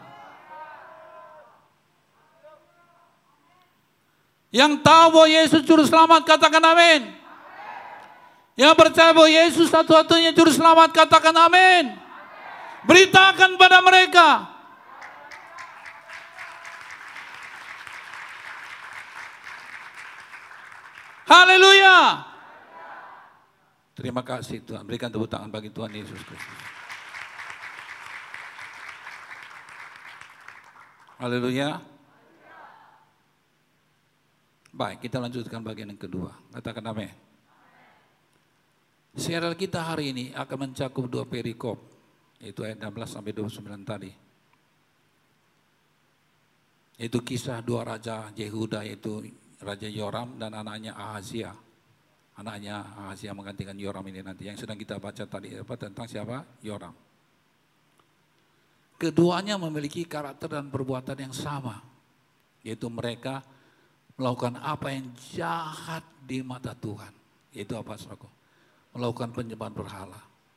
Yang tahu bahwa Yesus juru selamat katakan amin. Yang percaya bahwa Yesus satu-satunya juru selamat katakan amin. Beritakan pada mereka. Haleluya. Terima kasih Tuhan. Berikan tepuk tangan bagi Tuhan Yesus Kristus. Haleluya. Baik, kita lanjutkan bagian yang kedua. Katakan amin. Serial kita hari ini akan mencakup dua perikop, yaitu ayat enam belas sampai dua puluh sembilan tadi. Yaitu kisah dua raja Yehuda, yaitu Raja Yoram dan anaknya Ahazia. Anaknya Ahazia menggantikan Yoram ini nanti. Yang sedang kita baca tadi apa tentang siapa? Yoram. Keduanya memiliki karakter dan perbuatan yang sama. Yaitu mereka melakukan apa yang jahat di mata Tuhan. Yaitu apa saudaraku? Melakukan penyembahan berhala.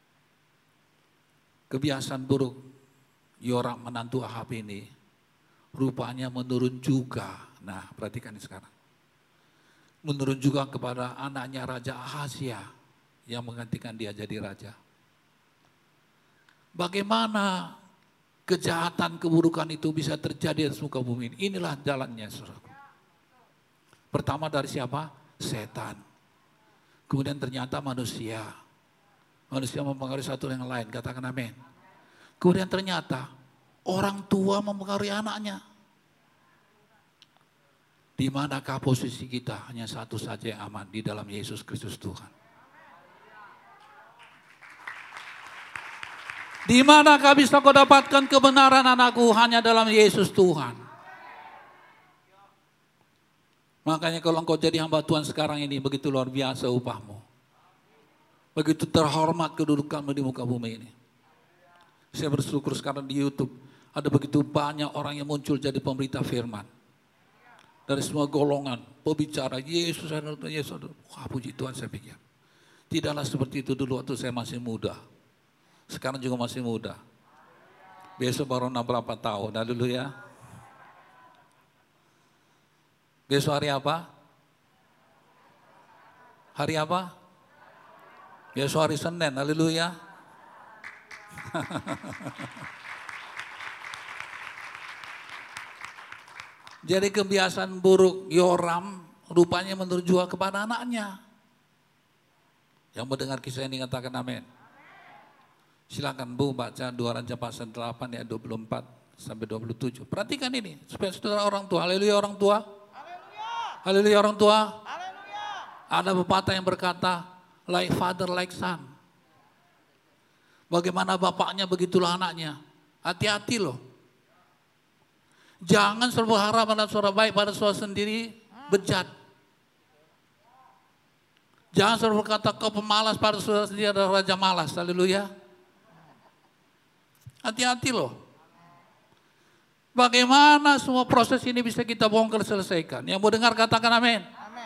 Kebiasaan buruk Yoram menantu Ahab ini rupanya menurun juga. Nah, perhatikan ini sekarang. Menurun juga kepada anaknya Raja Ahazia yang menggantikan dia jadi raja. Bagaimana kejahatan, keburukan itu bisa terjadi di muka bumi ini? Inilah jalannya, saudaraku. Pertama dari siapa? Setan. Kemudian ternyata manusia. Manusia mempengaruhi satu yang lain, katakan amin. Kemudian ternyata orang tua mempengaruhi anaknya. Di manakah posisi kita? Hanya satu saja yang aman, di dalam Yesus Kristus Tuhan. Di manakah bisa kau dapatkan kebenaran anakku? Hanya dalam Yesus Tuhan. Makanya kalau engkau jadi hamba Tuhan sekarang ini, begitu luar biasa upahmu. Begitu terhormat kedudukanmu di muka bumi ini. Saya bersyukur sekarang di YouTube, ada begitu banyak orang yang muncul jadi pemberita firman. Dari semua golongan, pembicara, Yesus adalah Yesus. Wah, puji Tuhan saya pikir. Tidaklah seperti itu dulu waktu saya masih muda. Sekarang juga masih muda. Besok baru enam puluh delapan tahun, haleluya. Besok hari apa? Hari apa? Besok hari Senin, haleluya. Jadi kebiasaan buruk Yoram rupanya menurut juga kepada anaknya. Yang mendengar kisah ini katakan amin. Silakan Bu baca dua Raja pasal delapan ayat dua puluh empat sampai dua puluh tujuh. Perhatikan ini supaya saudara orang tua, haleluya orang tua. Haleluya orang tua. Haleluya. Ada pepatah yang berkata, like father like son. Bagaimana bapaknya begitulah anaknya. Hati-hati loh. Jangan selalu berharap pada suara baik pada suara sendiri bejat. Jangan selalu berkata kau pemalas pada suara sendiri adalah raja malas. Haleluya. Hati-hati loh. Bagaimana semua proses ini bisa kita bongkar selesaikan? Yang mau dengar katakan amin.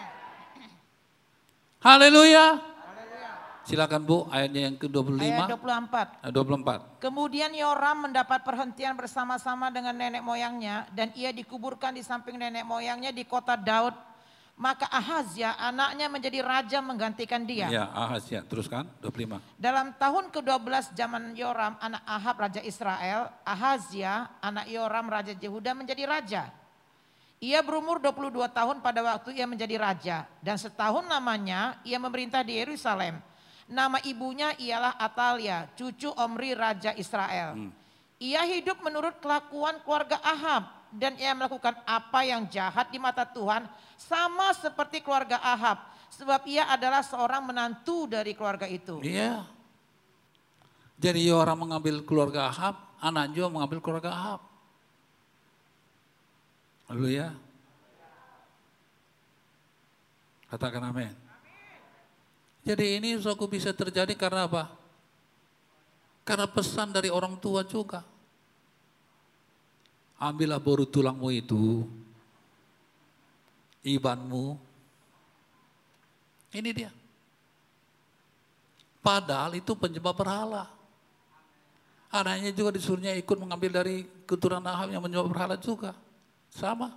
Haleluya. Silakan Bu, ayatnya yang ke dua puluh lima. Ayat dua puluh empat. dua puluh empat. Kemudian Yoram mendapat perhentian bersama-sama dengan nenek moyangnya dan ia dikuburkan di samping nenek moyangnya di kota Daud. Maka Ahazia anaknya menjadi raja menggantikan dia. Ya, Ahazia, teruskan dua puluh lima. Dalam tahun kedua belas zaman Yoram anak Ahab raja Israel, Ahazia anak Yoram raja Yehuda menjadi raja. Ia berumur dua puluh dua tahun pada waktu ia menjadi raja dan setahun lamanya ia memerintah di Yerusalem. Nama ibunya ialah Atalia, cucu Omri raja Israel. Hmm. Ia hidup menurut kelakuan keluarga Ahab dan ia melakukan apa yang jahat di mata Tuhan, sama seperti keluarga Ahab, sebab ia adalah seorang menantu dari keluarga itu. Iya. Jadi Yoram mengambil keluarga Ahab, anak juga mengambil keluarga Ahab. Haleluya. Katakan amin. Jadi ini suatu bisa terjadi karena apa? Karena pesan dari orang tua juga. Ambillah boru tulangmu itu, ibanmu. Ini dia. Padahal itu penyembah berhala. Anaknya juga disuruhnya ikut mengambil dari keturunan Ahab yang menyembah berhala juga. Sama.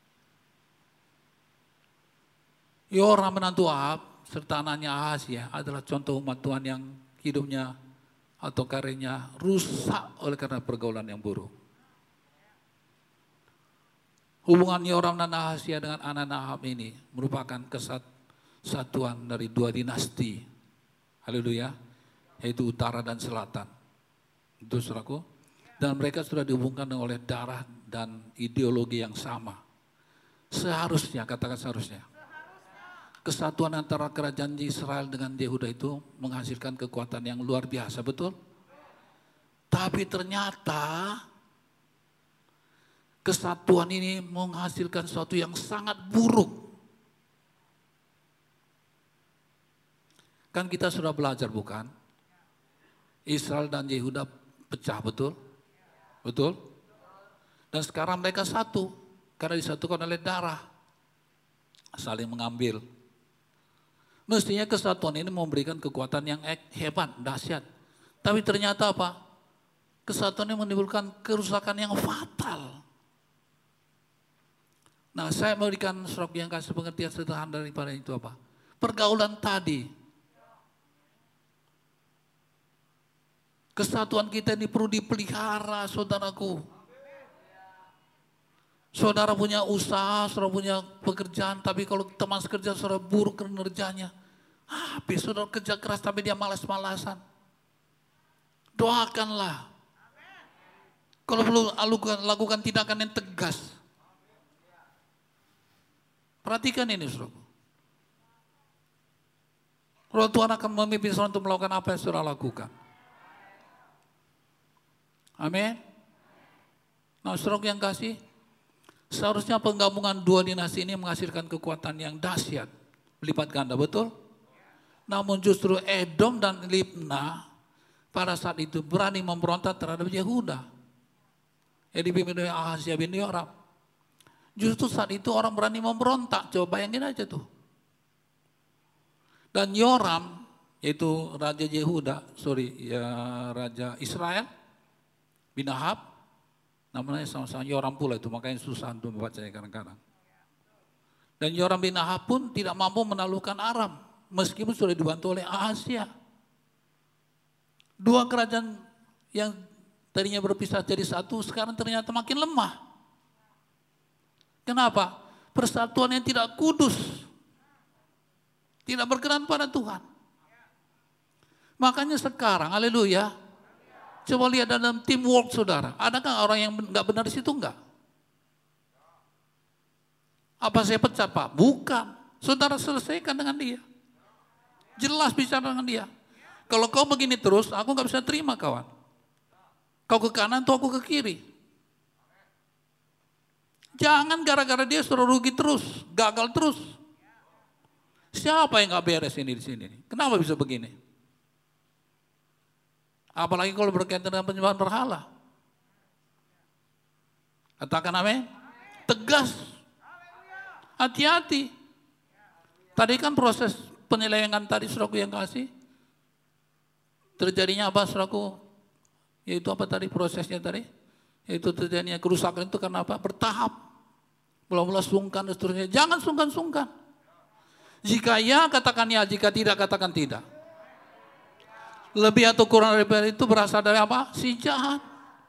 Yoram menantu Ahab serta anaknya Ahazia adalah contoh umat Tuhan yang hidupnya atau karirnya rusak oleh karena pergaulan yang buruk. Hubungan Yoram dan Ahazia dengan anak Ahab ini merupakan kesatuan dari dua dinasti. Haleluya. Yaitu utara dan selatan. Itu saudaraku. Dan mereka sudah dihubungkan oleh darah dan ideologi yang sama. Seharusnya, katakan seharusnya. Kesatuan antara kerajaan Israel dengan Yehuda itu menghasilkan kekuatan yang luar biasa, betul? Tapi ternyata kesatuan ini menghasilkan sesuatu yang sangat buruk. Kan kita sudah belajar bukan? Israel dan Yehuda pecah, betul? Betul? Dan sekarang mereka satu, karena disatukan oleh darah. Saling mengambil. Mestinya kesatuan ini memberikan kekuatan yang hebat, dahsyat. Tapi ternyata apa? Kesatuan ini menimbulkan kerusakan yang fatal. Nah, saya memberikan surat yang kasih pengertian sederhana daripada itu apa? Pergaulan tadi. Kesatuan kita ini perlu dipelihara, saudaraku. Saudara punya usaha, saudara punya pekerjaan, tapi kalau teman sekerja saudara buruk kinerjanya, habis saudara kerja keras tapi dia malas-malasan. Doakanlah. Kalau perlu lakukan, lakukan tindakan yang tegas. Perhatikan ini, saudara. Kalau Tuhan akan memimpin saudara untuk melakukan apa yang saudara lakukan. Amin. Nah, saudara yang kasih, seharusnya penggabungan dua dinasti ini menghasilkan kekuatan yang dahsyat, melipat ganda, betul? Namun justru Edom dan Libna pada saat itu berani memberontak terhadap Yehuda. Yang dipimpin oleh Ahazia bin Yoram. Justru saat itu orang berani memberontak, coba bayangin aja tuh. Dan Yoram, yaitu Raja Yehuda, sorry, ya Raja Israel, bin Ahab, namanya sama-sama Yoram pula itu, makanya susah untuk membacanya kadang-kadang. Dan Yoram bin Ahab pun tidak mampu menaklukkan Aram, meskipun sudah dibantu oleh Ahazia. Dua kerajaan yang tadinya berpisah jadi satu, sekarang ternyata makin lemah. Kenapa? Persatuan yang tidak kudus, tidak berkenan pada Tuhan. Makanya sekarang, haleluya, coba lihat dalam teamwork saudara, adakah orang yang nggak benar di situ enggak? Apa saya pecat Pak? Bukan. Saudara selesaikan dengan dia. Jelas bicara dengan dia. Kalau kau begini terus, aku nggak bisa terima kawan. Kau ke kanan atau aku ke kiri. Jangan gara-gara dia suruh rugi terus, gagal terus. Siapa yang nggak beres ini di sini? Kenapa bisa begini? Apalagi kalau berkaitan dengan penyembahan berhala. Katakan amin. Tegas. Hati-hati. Tadi kan proses penyelewengan tadi saudaraku yang kasih. Terjadinya apa saudaraku? Yaitu apa tadi prosesnya tadi? Yaitu terjadinya kerusakan itu karena apa? Bertahap. Mula-mula sungkan dan seterusnya. Jangan sungkan-sungkan. Jika ya katakan ya, jika tidak katakan tidak. Lebih atau kurang daripada itu berasal dari apa? Si jahat.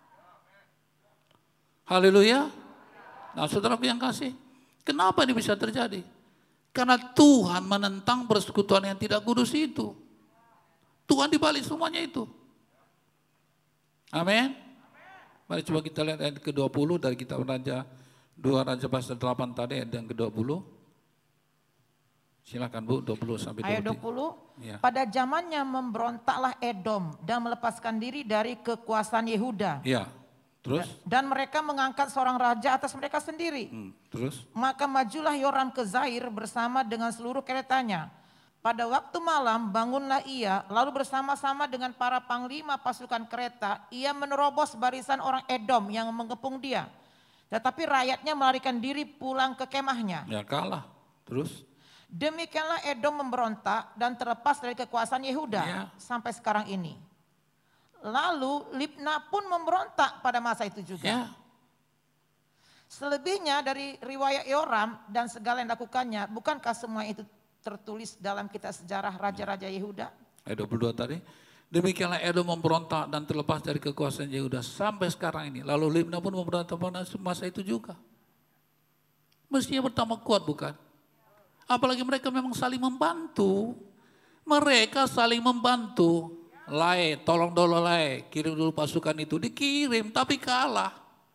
Haleluya. Nah saudaraku yang kasih, kenapa ini bisa terjadi? Karena Tuhan menentang persekutuan yang tidak kudus itu. Tuhan dibalik semuanya itu. Amin. Mari coba kita lihat ayat ke dua puluh dari kitab Raja, dua Raja pasal delapan tadi ayat yang ke dua puluh. Silakan Bu, dua puluh sampai dua puluh. Ayat dua puluh. Ya. Pada zamannya memberontaklah Edom dan melepaskan diri dari kekuasaan Yehuda. Ya. Terus? Dan mereka mengangkat seorang raja atas mereka sendiri. Hmm, terus? Maka majulah Yoram ke Zair bersama dengan seluruh keretanya. Pada waktu malam bangunlah ia, lalu bersama-sama dengan para panglima pasukan kereta, ia menerobos barisan orang Edom yang mengepung dia. Tetapi rakyatnya melarikan diri pulang ke kemahnya. Ya kalah. Terus? Demikianlah Edom memberontak dan terlepas dari kekuasaan Yehuda Ya. sampai sekarang ini. Lalu Libna pun memberontak pada masa itu juga. Ya. Selebihnya dari riwayat Yoram dan segala yang dilakukannya, bukankah semua itu tertulis dalam kitab sejarah Raja-Raja Yehuda? Ayat dua puluh dua tadi. Demikianlah Edom memberontak dan terlepas dari kekuasaan Yehuda sampai sekarang ini. Lalu Libna pun memberontak pada masa itu juga. Mestinya bertambah kuat bukan? Apalagi mereka memang saling membantu. Mereka saling membantu. Lai, tolong dulu Lai, kirim dulu pasukan itu. Dikirim tapi kalah.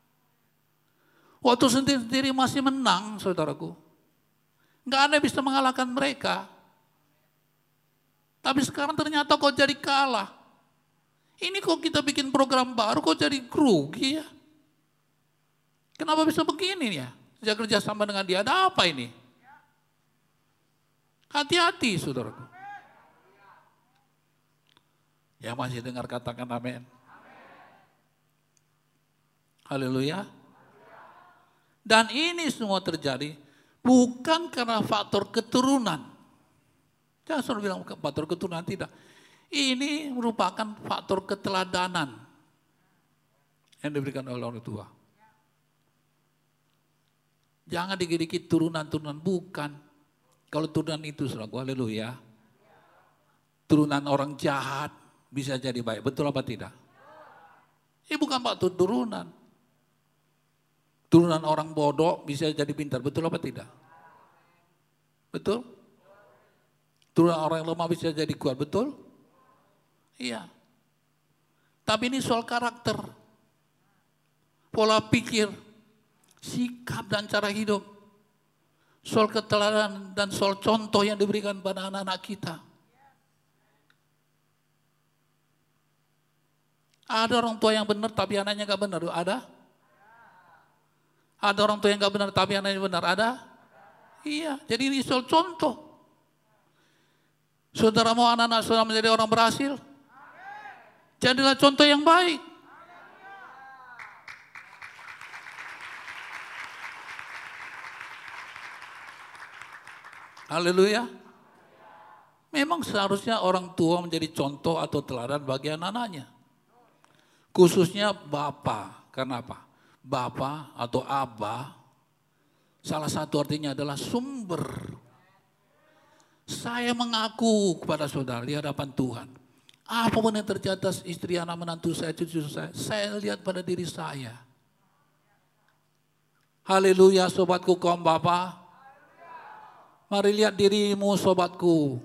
Waktu sendiri-sendiri masih menang saudaraku. Nggak ada yang bisa mengalahkan mereka. Tapi sekarang ternyata kok jadi kalah. Ini kok kita bikin program baru kok jadi grogi ya. Kenapa bisa begini ya? Sejak kerjasama dengan dia ada apa ini? Hati-hati saudaraku. Yang masih dengar katakan amin. Haleluya. Dan ini semua terjadi bukan karena faktor keturunan. Jangan selalu bilang faktor keturunan, tidak. Ini merupakan faktor keteladanan yang diberikan oleh orang tua. Jangan dikit-dikit turunan-turunan, bukan. Kalau turunan itu, saudaraku, haleluya. Turunan orang jahat bisa jadi baik, betul apa tidak? Ini bukan faktor turunan. Turunan orang bodoh bisa jadi pintar, betul apa tidak? Betul? Turunan orang yang lemah bisa jadi kuat, betul? Iya. Tapi ini soal karakter, pola pikir, sikap dan cara hidup. Soal keteladanan dan soal contoh yang diberikan pada anak-anak kita. Ada orang tua yang benar tapi anaknya gak benar, ada? Ada orang tua yang gak benar tapi anaknya benar, ada? Iya, jadi ini soal contoh. Saudara mau anak-anak saudara menjadi orang berhasil? Jadilah contoh yang baik. Haleluya. Memang seharusnya orang tua menjadi contoh atau teladan bagi anak-anaknya. Khususnya bapak. Karena apa? Bapak atau abah, salah satu artinya adalah sumber. Saya mengaku kepada saudara di hadapan Tuhan. Apapun yang terjadi atas istri, anak, menantu saya, cucu saya, saya lihat pada diri saya. Haleluya sobatku kaum bapak. Mari lihat dirimu sobatku.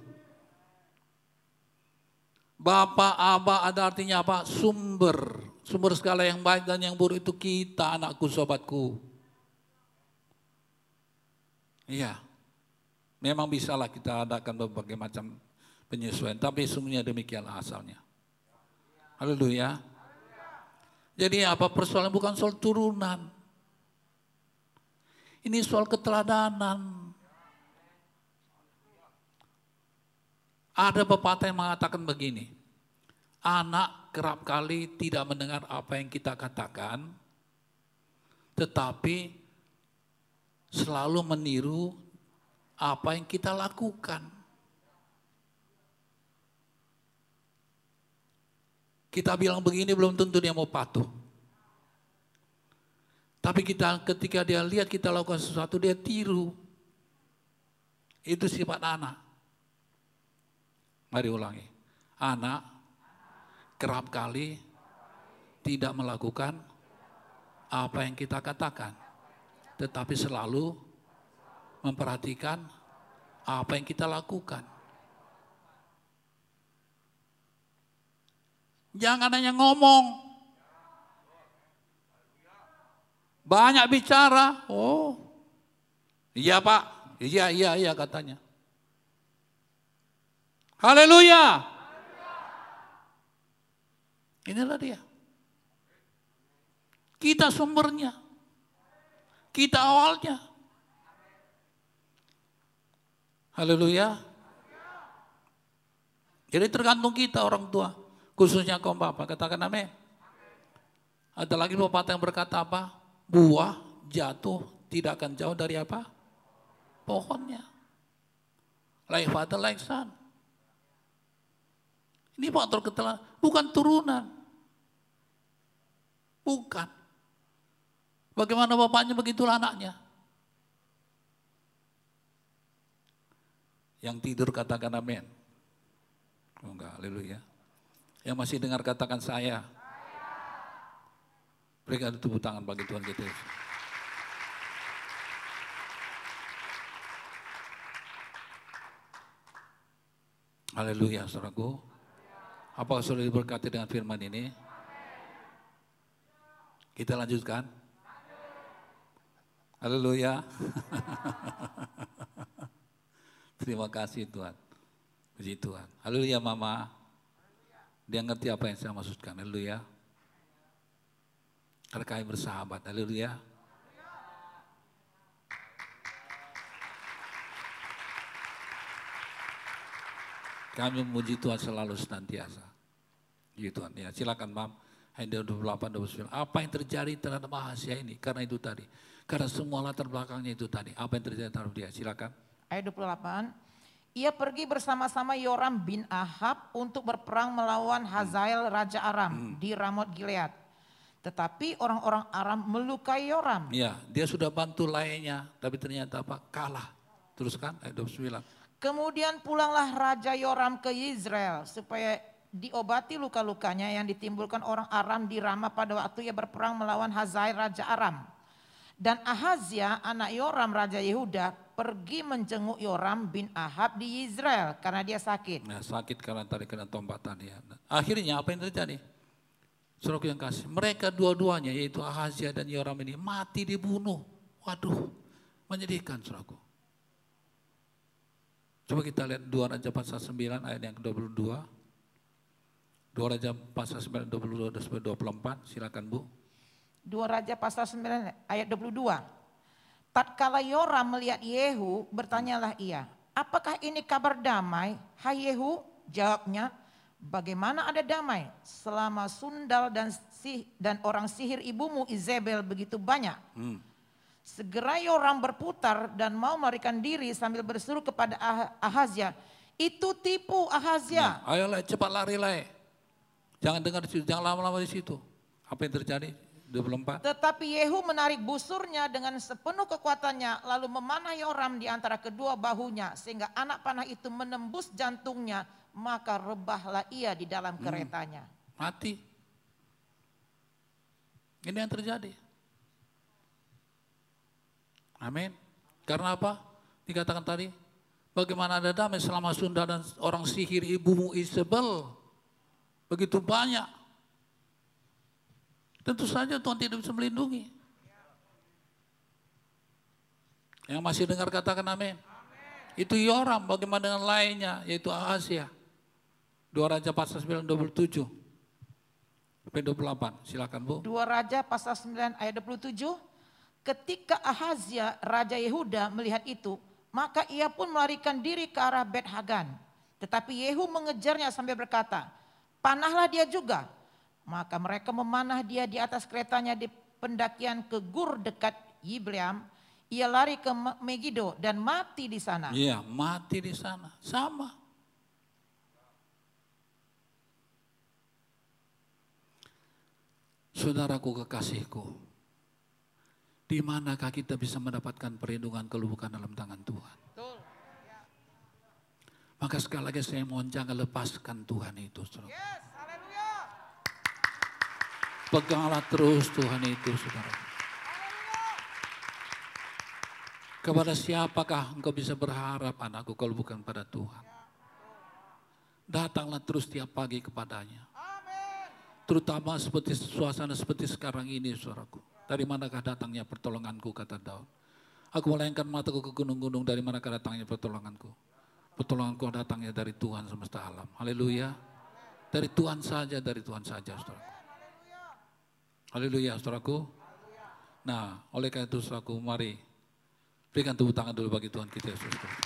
Bapak, abah ada artinya apa? Sumber. Sumber segala yang baik dan yang buruk itu kita, anakku, sobatku. Iya. Memang bisalah kita adakan berbagai macam penyesuaian. Tapi semuanya demikianlah asalnya. Haleluya. Jadi apa persoalan bukan soal turunan. Ini soal keteladanan. Ada pepatah yang mengatakan begini, anak kerap kali tidak mendengar apa yang kita katakan, tetapi selalu meniru apa yang kita lakukan. Kita bilang begini belum tentu dia mau patuh. Tapi kita ketika dia lihat kita lakukan sesuatu dia tiru. Itu sifat anak. Mari ulangi. Anak kerap kali tidak melakukan apa yang kita katakan. Tetapi selalu memperhatikan apa yang kita lakukan. Jangan hanya ngomong. Banyak bicara. Oh, iya Pak. Iya, iya, iya katanya. Haleluya. Inilah dia. Kita sumbernya. Kita awalnya. Haleluya. Jadi tergantung kita orang tua. Khususnya kaum bapak. Katakan amin. Ada lagi pepatah yang berkata apa? Buah jatuh tidak akan jauh dari apa? Pohonnya. Like father, like son. Ini faktor ketelah, bukan turunan. Bukan. Bagaimana bapaknya begitulah anaknya. Yang tidur katakan amin. Oh enggak, haleluya. Yang masih dengar katakan saya. Berikan tepuk tangan bagi Tuhan kita. Haleluya, saudaraku. Apakah sudah diberkati dengan firman ini? Kita lanjutkan. Haleluya. Terima kasih Tuhan. Puji Tuhan. Haleluya Mama. Dia ngerti apa yang saya maksudkan. Haleluya. Terkait bersahabat. Haleluya. Kami memuji Tuhan selalu senantiasa. Puji Tuhan. Ya, silakan Mam. Ayat dua puluh delapan, dua puluh sembilan. Apa yang terjadi terhadap Ahazia ini? Karena itu tadi. Karena semua latar belakangnya itu tadi. Apa yang terjadi terhadap dia? Silakan. Ayat dua puluh delapan. Ia pergi bersama-sama Yoram bin Ahab untuk berperang melawan Hazael Raja Aram hmm. di Ramot Gilead. Tetapi orang-orang Aram melukai Yoram. Ya, dia sudah bantu lainnya. Tapi ternyata apa? Kalah. Teruskan ayat dua puluh sembilan. Kemudian pulanglah Raja Yoram ke Israel supaya diobati luka-lukanya yang ditimbulkan orang Aram di Ramah pada waktu ia berperang melawan Hazael Raja Aram. Dan Ahazia anak Yoram Raja Yehuda pergi menjenguk Yoram bin Ahab di Israel karena dia sakit. Nah, sakit karena tadi kena tombatan ya. Akhirnya apa yang terjadi? Saudaraku yang kasih, mereka dua-duanya yaitu Ahazia dan Yoram ini mati dibunuh. Waduh, menyedihkan saudaraku. Coba kita lihat dua Raja pasal sembilan ayat yang ke dua puluh dua. dua Raja pasal sembilan dua puluh dua sampai dua puluh empat, silakan Bu. dua Raja pasal sembilan ayat dua puluh dua. Tatkala Yoram melihat Yehu, bertanyalah ia, apakah ini kabar damai? Hai Yehu, jawabnya, bagaimana ada damai selama sundal dan sih dan orang sihir ibumu Izebel begitu banyak? Hmm. Segera Yoram berputar dan mau melarikan diri sambil berseru kepada Ahazia, itu tipu Ahazia. Nah, ayolah cepat lari lah. Jangan dengar di situ, jangan lama-lama di situ. Apa yang terjadi? dua puluh empat. Tetapi Yehu menarik busurnya dengan sepenuh kekuatannya lalu memanah Yoram di antara kedua bahunya sehingga anak panah itu menembus jantungnya, maka rebahlah ia di dalam keretanya. Hmm, mati. Ini yang terjadi. Amin. Karena apa? Dikatakan tadi, bagaimana ada damai selama Sunda dan orang sihir ibumu Isabel begitu banyak. Tentu saja Tuhan tidak bisa melindungi. Yang masih dengar katakan amin. Itu Yoram, bagaimana dengan lainnya yaitu Ahazia. Dua Raja pasal sembilan dua puluh tujuh sampai dua puluh delapan. Silakan Bu. Dua Raja pasal sembilan ayat dua puluh tujuh. Ketika Ahazia Raja Yehuda melihat itu, maka ia pun melarikan diri ke arah Bet Hagan. Tetapi Yehu mengejarnya sambil berkata, panahlah dia juga. Maka mereka memanah dia di atas keretanya di pendakian ke Gur dekat Yibleam. Ia lari ke Megido dan mati di sana. Iya, mati di sana. Sama. Saudaraku kekasihku, di manakah kita bisa mendapatkan perlindungan kelubukan dalam tangan Tuhan? Betul. Ya. Maka sekali lagi saya mohon jangan lepaskan Tuhan itu. Saudara. Yes, haleluya. Peganglah terus Tuhan itu, saudara. Kepada siapakah engkau bisa berharap anakku kalau bukan pada Tuhan? Datanglah terus tiap pagi kepadanya. Amin. Terutama seperti suasana seperti sekarang ini, saudaraku. Dari manakah datangnya pertolonganku, kata Daud. Aku melayangkan mataku ke gunung-gunung, dari manakah datangnya pertolonganku. Pertolonganku datangnya dari Tuhan semesta alam. Haleluya. Dari Tuhan saja, dari Tuhan saja, saudaraku. Haleluya, saudaraku. Nah, oleh karena itu, saudaraku, mari berikan tepuk tangan dulu bagi Tuhan kita Yesus Kristus.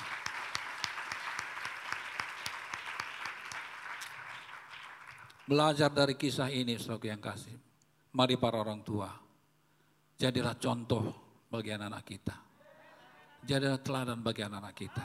Belajar dari kisah ini, saudaraku yang kasih. Mari para orang tua, jadilah contoh bagi anak-anak kita. Jadilah teladan bagi anak-anak kita.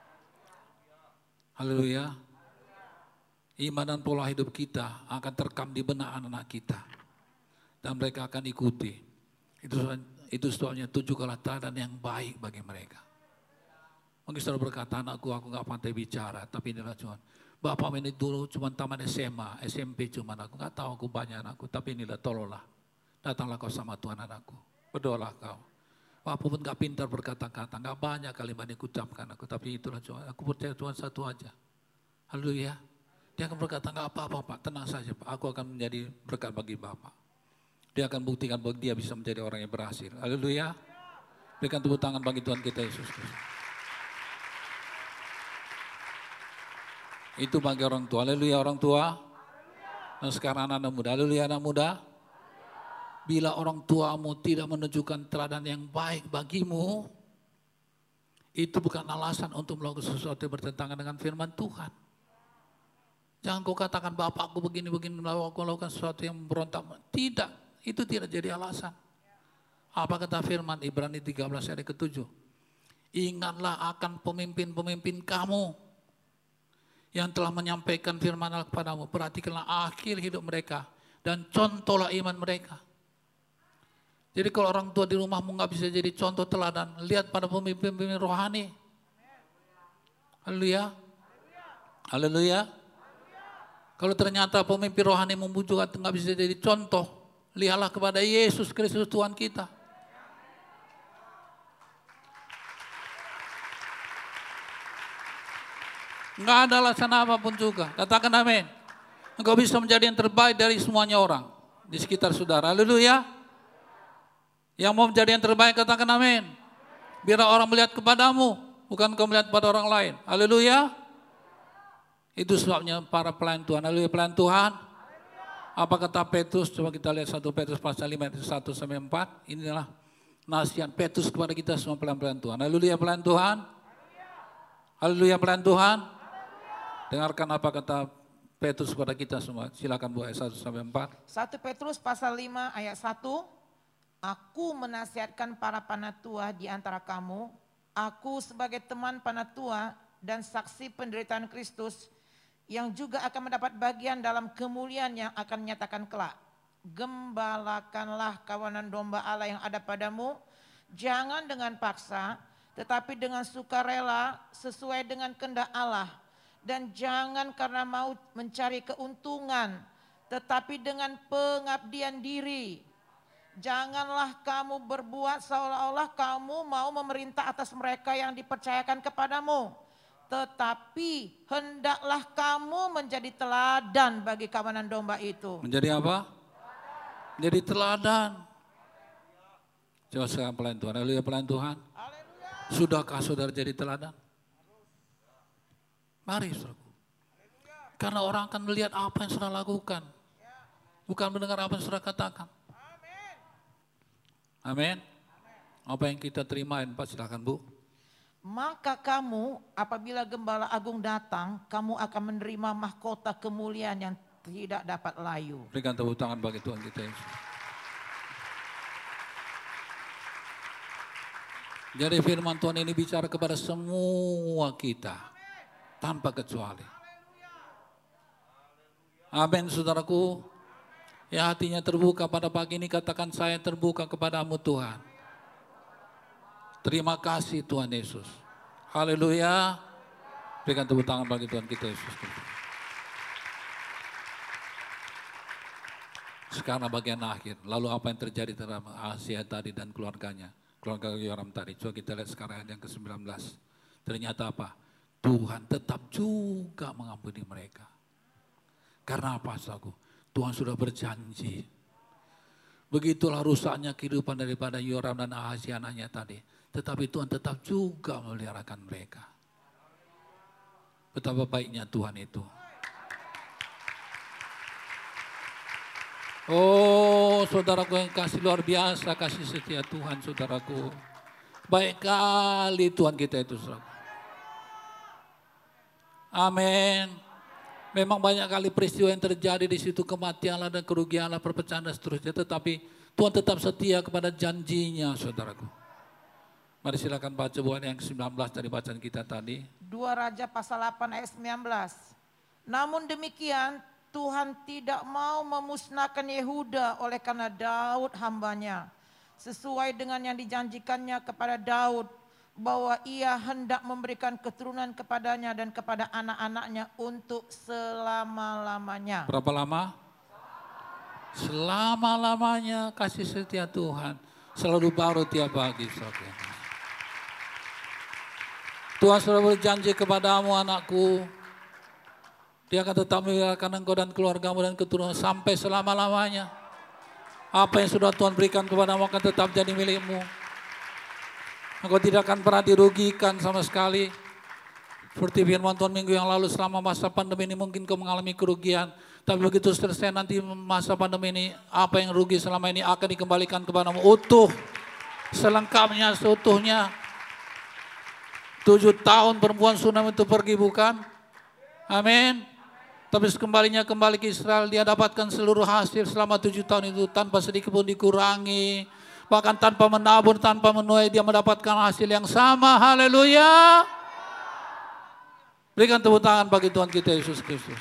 Haleluya. Iman dan pola hidup kita akan terekam di benak anak-anak kita. Dan mereka akan ikuti. Itu, itu sebabnya tunjukkanlah teladan yang baik bagi mereka. Mungkin saudara berkata, anakku aku gak pandai bicara, tapi inilah Tuhan. Bapak ini dulu cuma taman S M A, S M P cuma aku gak tahu aku banyak anakku, tapi inilah tolonglah. Datanglah kau sama Tuhan anakku, berdoalah kau. Bapak pun gak pintar berkata-kata, gak banyak kalimat yang kucapkan aku, tapi itulah Tuhan. Aku percaya Tuhan satu aja. Haleluya. Dia akan berkata, gak apa-apa Pak, tenang saja Pak, aku akan menjadi berkat bagi Bapak. Dia akan buktikan bahwa dia bisa menjadi orang yang berhasil. Haleluya. Berikan tepuk tangan bagi Tuhan kita Yesus Kristus. Itu bagi orang tua. Haleluya orang tua. Dan sekarang anak muda. Haleluya anak muda. Bila orang tuamu tidak menunjukkan teladan yang baik bagimu, itu bukan alasan untuk melakukan sesuatu yang bertentangan dengan firman Tuhan. Jangan kau katakan bapakku begini-begini, aku melakukan sesuatu yang berontak. Tidak, itu tidak jadi alasan. Apa kata firman Ibrani tiga belas ayat ketujuh? Ingatlah akan pemimpin-pemimpin kamu yang telah menyampaikan firman Allah kepadamu. Perhatikanlah akhir hidup mereka dan contohlah iman mereka. Jadi kalau orang tua di rumahmu nggak bisa jadi contoh teladan, lihat pada pemimpin-pemimpin rohani. Haleluya. Haleluya. Kalau ternyata pemimpin rohani membujuk nggak bisa jadi contoh, lihatlah kepada Yesus Kristus Tuhan kita. Nggak ada alasan apapun juga. Katakan amin. Engkau bisa menjadi yang terbaik dari semuanya orang di sekitar saudara. Haleluya. Yang mau menjadi yang terbaik katakan amin. Biar orang melihat kepadamu, bukan kau melihat pada orang lain. Haleluya. Itu sebabnya para pelayan Tuhan. Haleluya pelayan Tuhan. Apa kata Petrus? Coba kita lihat satu Petrus pasal lima ayat satu sampai empat. Inilah nasihat Petrus kepada kita semua pelayan-pelayan Tuhan. Haleluya pelayan Tuhan. Haleluya pelayan Tuhan. Dengarkan apa kata Petrus kepada kita semua. Silakan Bu ayat satu sampai empat. satu Petrus pasal lima ayat satu. Aku menasihatkan para panatua di antara kamu. Aku sebagai teman panatua dan saksi penderitaan Kristus yang juga akan mendapat bagian dalam kemuliaan yang akan menyatakan kelak. Gembalakanlah kawanan domba Allah yang ada padamu. Jangan dengan paksa, tetapi dengan sukarela sesuai dengan kehendak Allah. Dan jangan karena mau mencari keuntungan, tetapi dengan pengabdian diri. Janganlah kamu berbuat seolah-olah kamu mau memerintah atas mereka yang dipercayakan kepadamu. Tetapi hendaklah kamu menjadi teladan bagi kawanan domba itu. Menjadi apa? Menjadi teladan. Coba sekarang pelayan Tuhan. Haleluya pelayan Tuhan. Sudahkah saudara jadi teladan? Mari saudaraku. Karena orang akan melihat apa yang saudara lakukan. Bukan mendengar apa yang saudara katakan. Amin. Apa yang kita terimain Pak, silakan Bu. Maka kamu apabila Gembala Agung datang, kamu akan menerima mahkota kemuliaan yang tidak dapat layu. Berikan tepuk tangan bagi Tuhan kita Yesus. Jadi firman Tuhan ini bicara kepada semua kita. Tanpa kecuali. Amin saudaraku. Ya hatinya terbuka pada pagi ini katakan saya terbuka kepadamu Tuhan. Terima kasih Tuhan Yesus. Haleluya. Berikan tepuk tangan bagi Tuhan kita Yesus. Sekarang bagian akhir. Lalu apa yang terjadi terhadap Asia tadi dan keluarganya. Keluarga Yoram tadi. Coba kita lihat sekarang ayat yang ke sembilan belas. Ternyata apa? Tuhan tetap juga mengampuni mereka. Karena apa saudaraku? Tuhan sudah berjanji Begitulah rusaknya kehidupan daripada Yoram dan Ahazia anaknya tadi. Tetapi Tuhan tetap juga memeliharakan mereka. Betapa baiknya Tuhan itu. Oh, saudaraku yang kasih luar biasa, kasih setia Tuhan, saudaraku. Baik kali Tuhan kita itu, saudara. Amin. Memang banyak kali peristiwa yang terjadi di situ, kematianlah dan kerugianlah, perpecahan dan seterusnya. Tetapi Tuhan tetap setia kepada janjinya, saudaraku. Mari silakan baca buat yang sembilan belas dari bacaan kita tadi. dua Raja pasal delapan ayat sembilan belas. Namun demikian Tuhan tidak mau memusnahkan Yehuda oleh karena Daud hambanya. Sesuai dengan yang dijanjikannya kepada Daud, bahwa ia hendak memberikan keturunan kepadanya dan kepada anak-anaknya untuk selama-lamanya. Berapa lama? Selama-lamanya kasih setia Tuhan. Selalu baru tiap pagi. Tuhan sudah berjanji kepadamu, anakku. Dia akan tetap memeliharakan engkau dan keluargamu dan keturunan sampai selama-lamanya. Apa yang sudah Tuhan berikan kepadamu akan tetap jadi milikmu. Engkau tidak akan pernah dirugikan sama sekali. Seperti firman Tuhan minggu yang lalu, selama masa pandemi ini mungkin kau mengalami kerugian. Tapi begitu selesai nanti masa pandemi ini, apa yang rugi selama ini akan dikembalikan kepadamu utuh. Selengkapnya, seutuhnya. Tujuh tahun perempuan Sunam itu pergi, bukan? Amin. Tapi sekembalinya kembali ke Israel, dia dapatkan seluruh hasil selama tujuh tahun itu tanpa sedikit pun dikurangi. Bahkan tanpa menabur, tanpa menuai, dia mendapatkan hasil yang sama. Haleluya. Berikan tepuk tangan bagi Tuhan kita Yesus Kristus.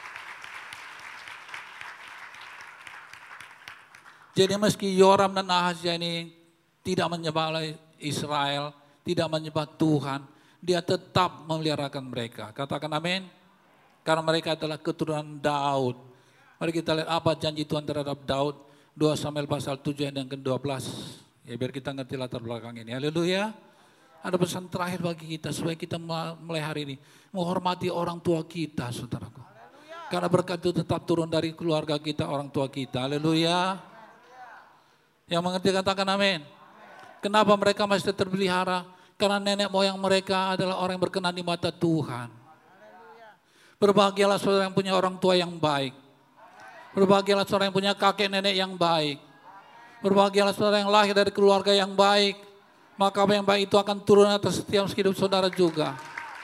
Jadi meski Yoram dan Ahazia ini tidak menyembah Israel, tidak menyembah Tuhan, dia tetap memeliharakan mereka. Katakan amin. Karena mereka adalah keturunan Daud. Mari kita lihat apa janji Tuhan terhadap Daud. dua Samuel pasal tujuh ayat yang ke dua belas. Ya, biar kita ngerti latar belakang ini. Haleluya. Ada pesan terakhir bagi kita supaya kita mulai hari ini menghormati orang tua kita, saudaraku. Karena berkat itu tetap turun dari keluarga kita, orang tua kita. Haleluya. Yang mengerti katakan amin. Kenapa mereka masih terpelihara? Karena nenek moyang mereka adalah orang yang berkenan di mata Tuhan. Berbahagialah saudara yang punya orang tua yang baik. Berbahagialah saudara yang punya kakek nenek yang baik. Berbahagialah saudara yang lahir dari keluarga yang baik. Maka apa yang baik itu akan turun atas setiap hidup saudara juga.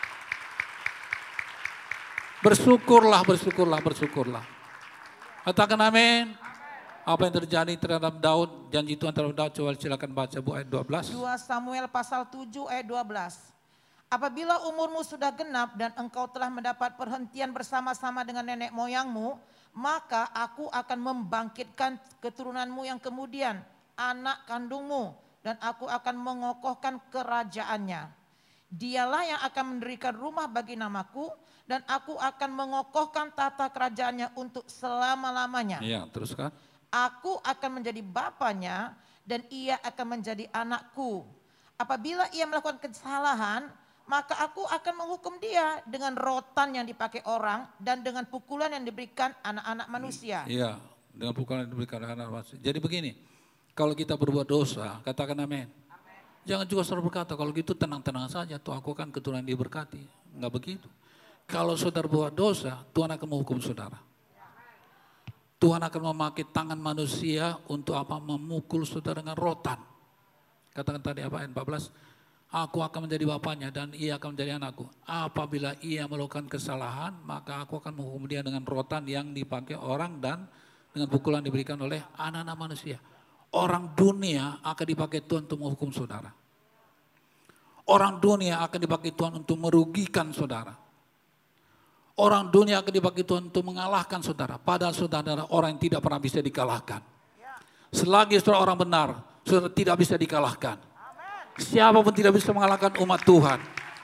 Bersyukurlah, bersyukurlah, bersyukurlah. Katakan amin. Apa yang terjadi terhadap Daud, janji Tuhan terhadap Daud, coba silakan baca Bu ayat dua belas. dua Samuel pasal tujuh ayat dua belas. Apabila umurmu sudah genap dan engkau telah mendapat perhentian bersama-sama dengan nenek moyangmu, maka aku akan membangkitkan keturunanmu yang kemudian, anak kandungmu, dan aku akan mengokohkan kerajaannya. Dialah yang akan mendirikan rumah bagi namaku, dan aku akan mengokohkan tata kerajaannya untuk selama-lamanya. Iya, teruskan. Aku akan menjadi bapanya, dan ia akan menjadi anakku. Apabila ia melakukan kesalahan, maka aku akan menghukum dia dengan rotan yang dipakai orang dan dengan pukulan yang diberikan anak-anak manusia. Iya, dengan pukulan yang diberikan anak-anak manusia. Jadi begini, kalau kita berbuat dosa, katakan amin. Jangan juga saudara berkata, kalau gitu tenang-tenang saja, tuh aku akan keturunan diberkati. Enggak begitu. Kalau saudara buat dosa, Tuhan akan menghukum saudara. Tuhan akan memakai tangan manusia untuk apa? Memukul saudara dengan rotan. Katakan tadi apa ayat empat belas? Aku akan menjadi bapaknya dan ia akan menjadi anakku. Apabila ia melakukan kesalahan, maka aku akan menghukum dia dengan rotan yang dipakai orang dan dengan pukulan diberikan oleh anak-anak manusia. Orang dunia akan dipakai Tuhan untuk menghukum saudara. Orang dunia akan dipakai Tuhan untuk merugikan saudara. Orang dunia akan dipakai Tuhan untuk mengalahkan saudara. Padahal saudara adalah orang yang tidak pernah bisa dikalahkan. Selagi saudara orang benar, saudara tidak bisa dikalahkan. Siapapun tidak bisa mengalahkan umat Tuhan.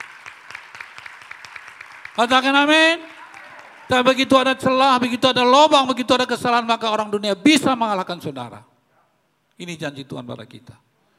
Katakan amin. Tapi begitu ada celah, begitu ada lubang, begitu ada kesalahan, maka orang dunia bisa mengalahkan saudara. Ini janji Tuhan pada kita.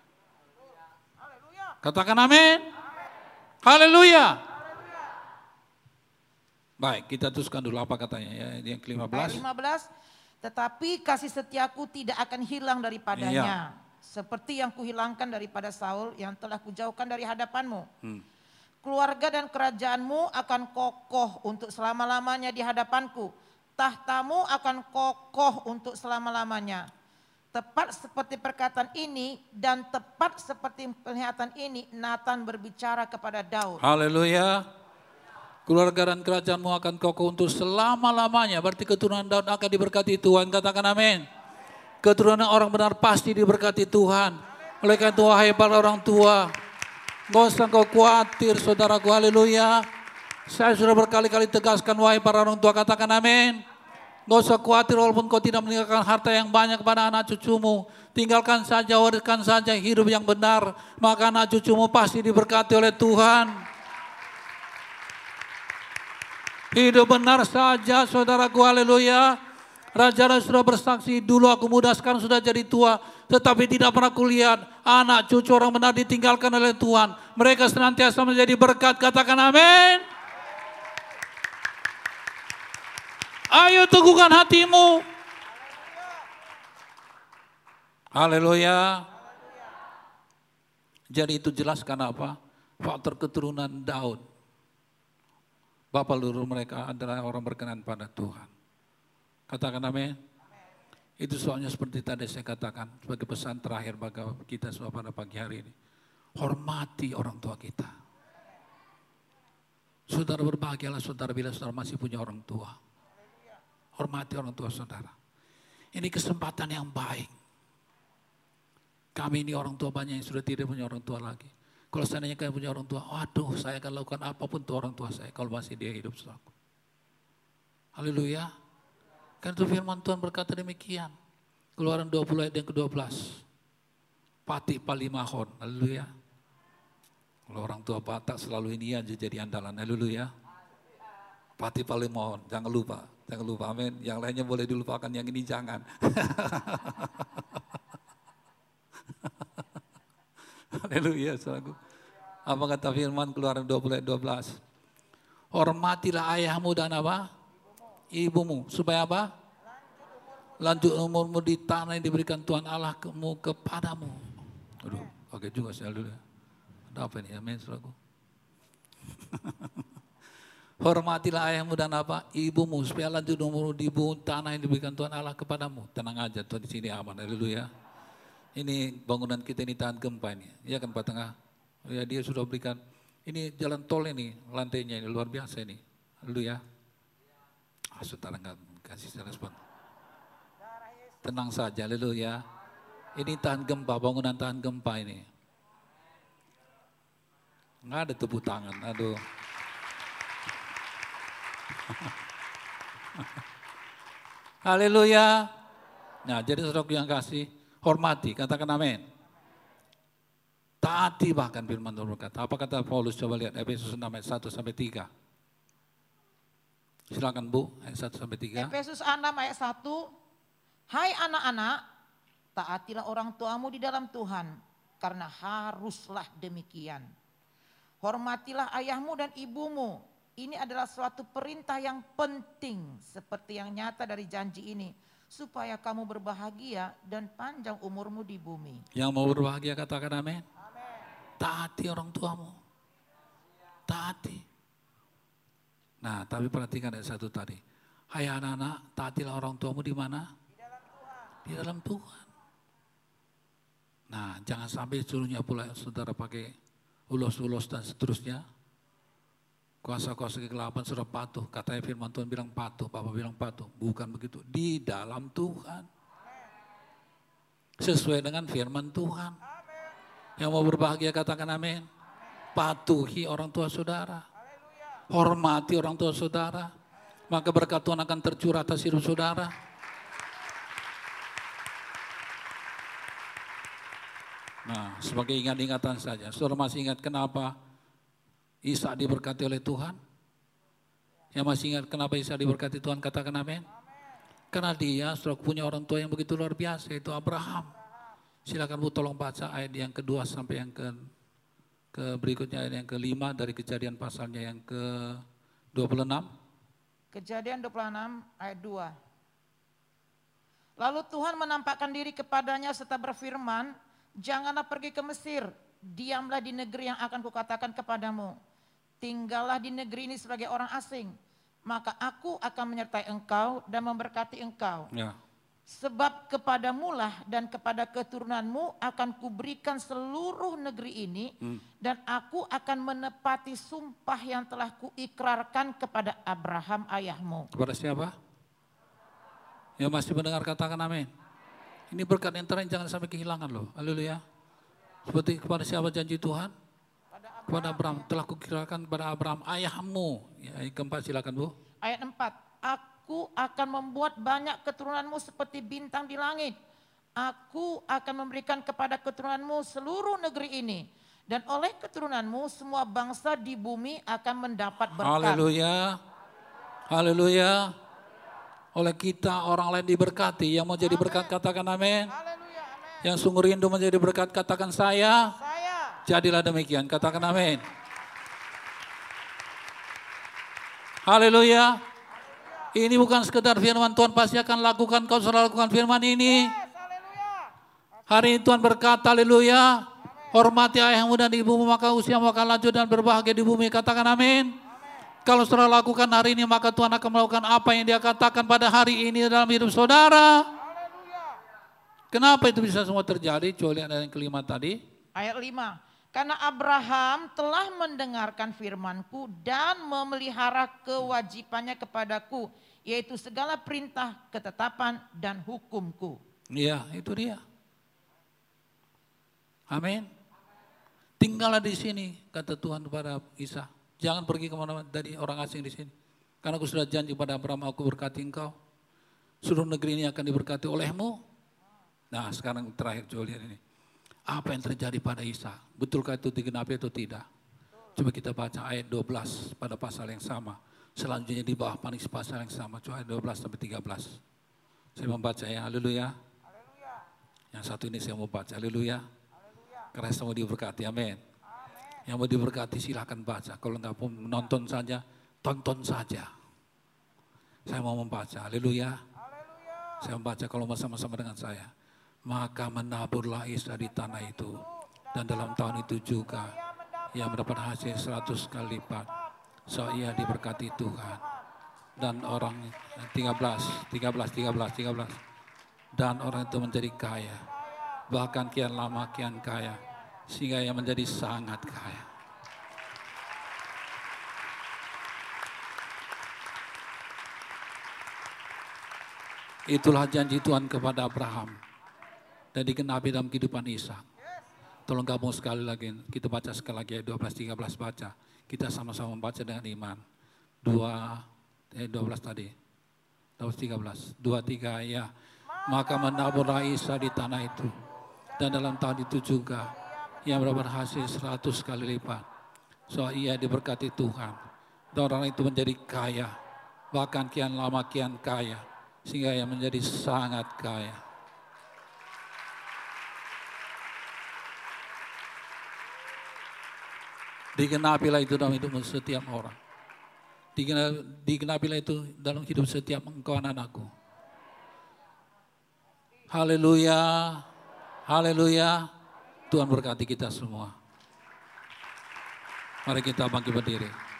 Katakan amin. Haleluya. Baik, kita teruskan dulu apa katanya ya, yang ke lima belas. Ayat lima belas. Tetapi kasih setiaku tidak akan hilang daripadanya. Iya. Seperti yang kuhilangkan daripada Saul yang telah kujauhkan dari hadapanmu. Hmm. Keluarga dan kerajaanmu akan kokoh untuk selama-lamanya di hadapanku. Tahtamu akan kokoh untuk selama-lamanya. Tepat seperti perkataan ini dan tepat seperti penglihatan ini, Nathan berbicara kepada Daud. Haleluya. Keluarga dan kerajaanmu akan kokoh untuk selama-lamanya. Berarti keturunan Daud akan diberkati Tuhan. Katakan amin. Keturunan orang benar pasti diberkati Tuhan. Oleh karena itu, wahai para orang tua, gak usah kau khawatir saudaraku, haleluya. Saya sudah berkali-kali tegaskan, wahai para orang tua, katakan amin. Gak usah khawatir walaupun kau tidak meninggalkan harta yang banyak kepada anak cucumu. Tinggalkan saja, wariskan saja hidup yang benar. Maka anak cucumu pasti diberkati oleh Tuhan. Hidup benar saja saudaraku, haleluya. Raja sudah bersaksi, dulu aku muda sekarang sudah jadi tua. Tetapi tidak pernah kulihat anak cucu orang benar ditinggalkan oleh Tuhan. Mereka senantiasa menjadi berkat, katakan amin. Ayo teguhkan hatimu. Haleluya. Jadi itu jelas karena apa? Faktor keturunan Daud. Bapak leluhur mereka adalah orang berkenan pada Tuhan. Katakan amin. Itu soalnya seperti tadi saya katakan sebagai pesan terakhir bagi kita semua pada pagi hari ini. Hormati orang tua kita. Saudara berbahagialah saudara bila saudara masih punya orang tua. Hormati orang tua saudara. Ini kesempatan yang baik. Kami ini orang tua banyak yang sudah tidak punya orang tua lagi. Kalau seandainya kalian punya orang tua, waduh saya akan lakukan apapun untuk orang tua saya kalau masih dia hidup saudaraku. Haleluya. Kan itu firman Tuhan berkata demikian. Keluaran dua puluh ayat yang kedua belas. Pati palimahon. Haleluya. Kalau orang tua Batak selalu ini aja jadi andalan. Haleluya. Pati palimahon. Jangan lupa. Jangan lupa. Amin. Yang lainnya boleh dilupakan. Yang ini jangan. Haleluya. Saudaraku. Apa kata firman Keluaran dua puluh ayat dua belas. Hormatilah ayahmu dan apa? Ibumu, supaya apa? Lanjut umurmu di tanah yang diberikan Tuhan Allahmu kepadamu. Aduh, oke juga saya dulu ya. Ada apa ini? Amin, saudaraku. Hormatilah ayahmu dan apa? Ibumu, supaya lanjut umurmu di bumi tanah yang diberikan Tuhan Allah kepadamu. Tenang aja, Tuhan di sini aman. Haleluya. Ini bangunan kita ini tahan gempa ini. Ya kan Pak Tengah? Ya dia sudah berikan. Ini jalan tol ini, lantainya ini luar biasa ini. Haleluya. Ah, saudara enggak kasih respon. Tenang saja, haleluya. Ini tahan gempa, bangunan tahan gempa ini. Enggak ada tepuk tangan, aduh. Haleluya. Nah, jadi saudaraku yang kasih, hormati, katakan amin. Taati bahkan firman Tuhan berkata. Apa kata Paulus? Coba lihat Efesus enam ayat satu sampai tiga. Silakan Bu, ayat satu sampai tiga. Efesus enam ayat satu. Hai anak-anak, taatilah orang tuamu di dalam Tuhan, karena haruslah demikian. Hormatilah ayahmu dan ibumu. Ini adalah suatu perintah yang penting, seperti yang nyata dari janji ini, supaya kamu berbahagia dan panjang umurmu di bumi. Yang mau berbahagia katakan amin. Taati orang tuamu. Taati. Nah, tapi perhatikan ayat satu tadi. Hai anak-anak, taatilah orang tuamu di mana? Di dalam Tuhan. Di dalam Tuhan. Nah, jangan sampai suruhnya pula saudara pakai ulos-ulos dan seterusnya. Kuasa-kuasa kegelapan sudah patuh. Katanya firman Tuhan bilang patuh, Bapak bilang patuh. Bukan begitu. Di dalam Tuhan. Sesuai dengan firman Tuhan. Yang mau berbahagia katakan amin. Patuhi orang tua saudara. Hormati orang tua saudara. Maka berkat Tuhan akan tercurah atas hidup saudara. Nah, sebagai ingat-ingatan saja. Saudara masih ingat kenapa Ishak diberkati oleh Tuhan? Yang masih ingat kenapa Ishak diberkati Tuhan? Katakan amin. Karena dia sudah punya orang tua yang begitu luar biasa, yaitu Abraham. Silakan Bu tolong baca ayat yang kedua sampai yang ke, ke berikutnya, ayat yang kelima dari Kejadian pasalnya yang ke dua puluh enam. Kejadian dua puluh enam ayat dua. Lalu Tuhan menampakkan diri kepadanya serta berfirman, janganlah pergi ke Mesir, diamlah di negeri yang akan kukatakan kepadamu. Tinggallah di negeri ini sebagai orang asing, maka aku akan menyertai engkau dan memberkati engkau. Ya. Sebab kepadamulah dan kepada keturunanmu akan kuberikan seluruh negeri ini, hmm. dan aku akan menepati sumpah yang telah kuikrarkan kepada Abraham ayahmu. Kepada siapa? Yang masih mendengar katakan amin. Ini berkat yang terang, jangan sampai kehilangan loh. Haleluya. Seperti kepada siapa janji Tuhan? Abraham, kepada Abraham. Ya. Telah kukirakan kepada Abraham ayahmu. Ya, ayat keempat silakan Bu. Ayat empat. Aku akan membuat banyak keturunanmu seperti bintang di langit. Aku akan memberikan kepada keturunanmu seluruh negeri ini. Dan oleh keturunanmu semua bangsa di bumi akan mendapat berkat. Haleluya. Haleluya. Oleh kita orang lain diberkati. Yang mau jadi berkat katakan amin. Haleluya, amin. Yang sungguh rindu menjadi berkat katakan saya. Saya. Jadilah demikian katakan amin. Haleluya. Ini bukan sekedar firman, Tuhan pasti akan lakukan, kau sudah lakukan firman ini. Hari ini Tuhan berkata, haleluya. Hormati ayahmu dan ibumu, maka usiamu akan lanjut dan berbahagia di bumi. Katakan amin. Kalau saudara lakukan hari ini, maka Tuhan akan melakukan apa yang dia katakan pada hari ini dalam hidup saudara. Kenapa itu bisa semua terjadi? Coba lihat yang kelima tadi. Ayat lima. Karena Abraham telah mendengarkan firmanku dan memelihara kewajibannya kepadaku, yaitu segala perintah, ketetapan, dan hukumku. Iya, itu dia. Amin. Tinggallah di sini, kata Tuhan kepada Isa. Jangan pergi kemana-mana dari orang asing di sini. Karena aku sudah janji pada Abraham, aku berkati engkau. Seluruh negeri ini akan diberkati olehmu. Nah sekarang terakhir coba lihat ini. Apa yang terjadi pada Isa? Betulkah itu digenapi atau tidak? Coba kita baca ayat dua belas pada pasal yang sama. Selanjutnya di bawah panis pasal yang sama. Coba ayat dua belas sampai tiga belas. Saya membaca ya, haleluya. Yang satu ini saya mau baca, haleluya. Karena saya mau diberkati, amin. Yang mau diberkati silahkan baca. Kalau enggak pun menonton saja, tonton saja. Saya mau membaca, haleluya. Saya membaca kalau mau sama-sama dengan saya. Maka menaburlah Isa di tanah itu. Dan dalam tahun itu juga ia mendapat hasil seratus kali lipat. So ia diberkati Tuhan. Dan orang tiga belas, tiga belas, tiga belas, tiga belas. Dan orang itu menjadi kaya. Bahkan kian lama kian kaya. Sehingga ia menjadi sangat kaya. Itulah janji Tuhan kepada Abraham. Dan digenapi dalam kehidupan Isa. Tolong gabung sekali lagi, kita baca sekali lagi dua belas tiga belas baca. Kita sama-sama membaca dengan iman. Dua, eh dua belas tadi. dua belas tiga belas, dua tiga ya. Maka menaburlah Isa di tanah itu. Dan dalam tahun itu juga ia mendapat hasil seratus kali lipat. So ia diberkati Tuhan. Dan orang itu menjadi kaya. Bahkan kian lama kian kaya. Sehingga ia menjadi sangat kaya. Digenapilah itu dalam hidup setiap orang. Digenapilah itu dalam hidup setiap engkau anak-anakku. Haleluya. Haleluya. Tuhan berkati kita semua. Mari kita bangkit berdiri.